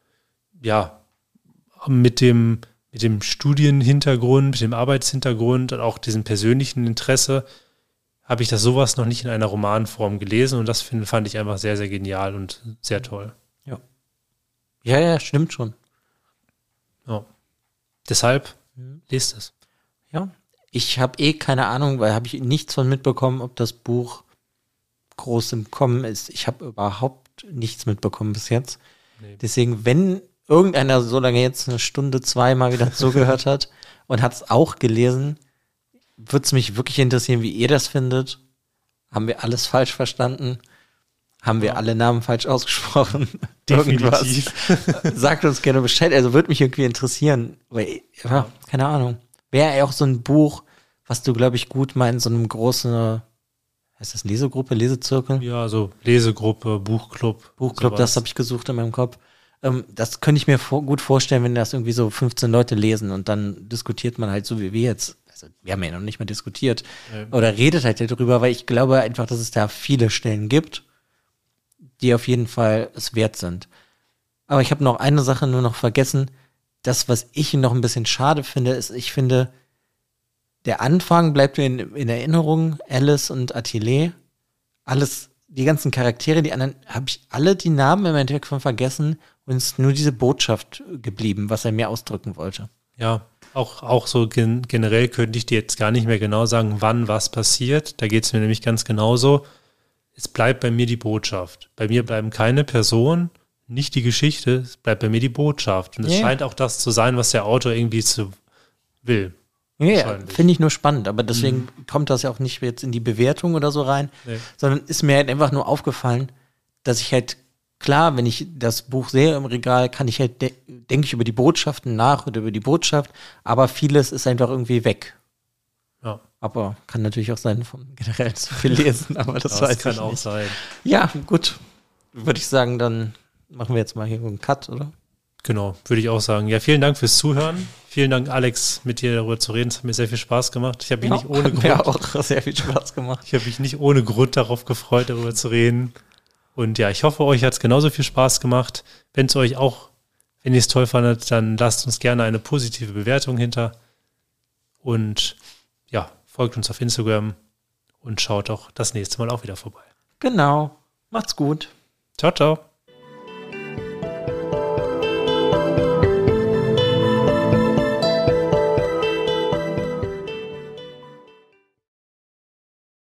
ja, mit dem Studienhintergrund, mit dem Arbeitshintergrund und auch diesem persönlichen Interesse, habe ich das sowas noch nicht in einer Romanform gelesen und das fand ich einfach sehr, sehr genial und sehr toll. Ja. Ja, stimmt schon. Ja. Deshalb lest es. Ja. Ich habe keine Ahnung, weil habe ich nichts von mitbekommen, ob das Buch groß im Kommen ist. Ich habe überhaupt nichts mitbekommen bis jetzt. Nee. Deswegen, wenn irgendeiner so lange jetzt eine Stunde, 2 mal wieder zugehört hat und hat es auch gelesen, würde es mich wirklich interessieren, wie ihr das findet. Haben wir alles falsch verstanden? Haben wir alle Namen falsch ausgesprochen? Definitiv. Sagt uns gerne Bescheid. Also würde mich irgendwie interessieren. Weil, ja, keine Ahnung. Wäre auch so ein Buch, was du, glaube ich, gut mal in so einem großen, heißt das Lesegruppe, Lesezirkel? Ja, so Lesegruppe, Buchclub. Buchclub, das habe ich gesucht in meinem Kopf. Das könnte ich mir gut vorstellen, wenn das irgendwie so 15 Leute lesen und dann diskutiert man halt so wie wir jetzt. Also wir haben ja noch nicht mal diskutiert. Oder redet halt darüber, weil ich glaube einfach, dass es da viele Stellen gibt, die auf jeden Fall es wert sind. Aber ich habe noch eine Sache nur noch vergessen. Das, was ich noch ein bisschen schade finde, ist, ich finde, der Anfang bleibt mir in Erinnerung, Alice und Attila. Alles, die ganzen Charaktere, die anderen, habe ich alle die Namen im Endeffekt von vergessen und es ist nur diese Botschaft geblieben, was er mir ausdrücken wollte. Ja, auch so generell könnte ich dir jetzt gar nicht mehr genau sagen, wann was passiert. Da geht es mir nämlich ganz genauso. Es bleibt bei mir die Botschaft. Bei mir bleiben keine Personen, nicht die Geschichte, es bleibt bei mir die Botschaft. Und es scheint auch das zu sein, was der Autor irgendwie will. Ja, finde ich nur spannend, aber deswegen kommt das ja auch nicht jetzt in die Bewertung oder so rein, sondern ist mir halt einfach nur aufgefallen, dass ich halt, klar, wenn ich das Buch sehe im Regal, kann ich halt, denke ich über die Botschaften nach oder über die Botschaft, aber vieles ist einfach irgendwie weg. Ja. Aber kann natürlich auch sein, vom generell zu viel lesen, aber das weiß ich nicht. Das kann auch sein. Ja, gut. Würde ich sagen, dann machen wir jetzt mal hier einen Cut, oder? Genau, würde ich auch sagen. Ja, vielen Dank fürs Zuhören. Vielen Dank, Alex, mit dir darüber zu reden. Es hat mir sehr viel Spaß gemacht. Ich habe mich nicht ohne Grund. Mir auch sehr viel Spaß gemacht. Ich habe mich nicht ohne Grund darauf gefreut, darüber zu reden. Und ja, ich hoffe, euch hat es genauso viel Spaß gemacht. Wenn ihr es toll fandet, dann lasst uns gerne eine positive Bewertung hinter. Und ja, folgt uns auf Instagram und schaut auch das nächste Mal auch wieder vorbei. Genau. Macht's gut. Ciao, ciao.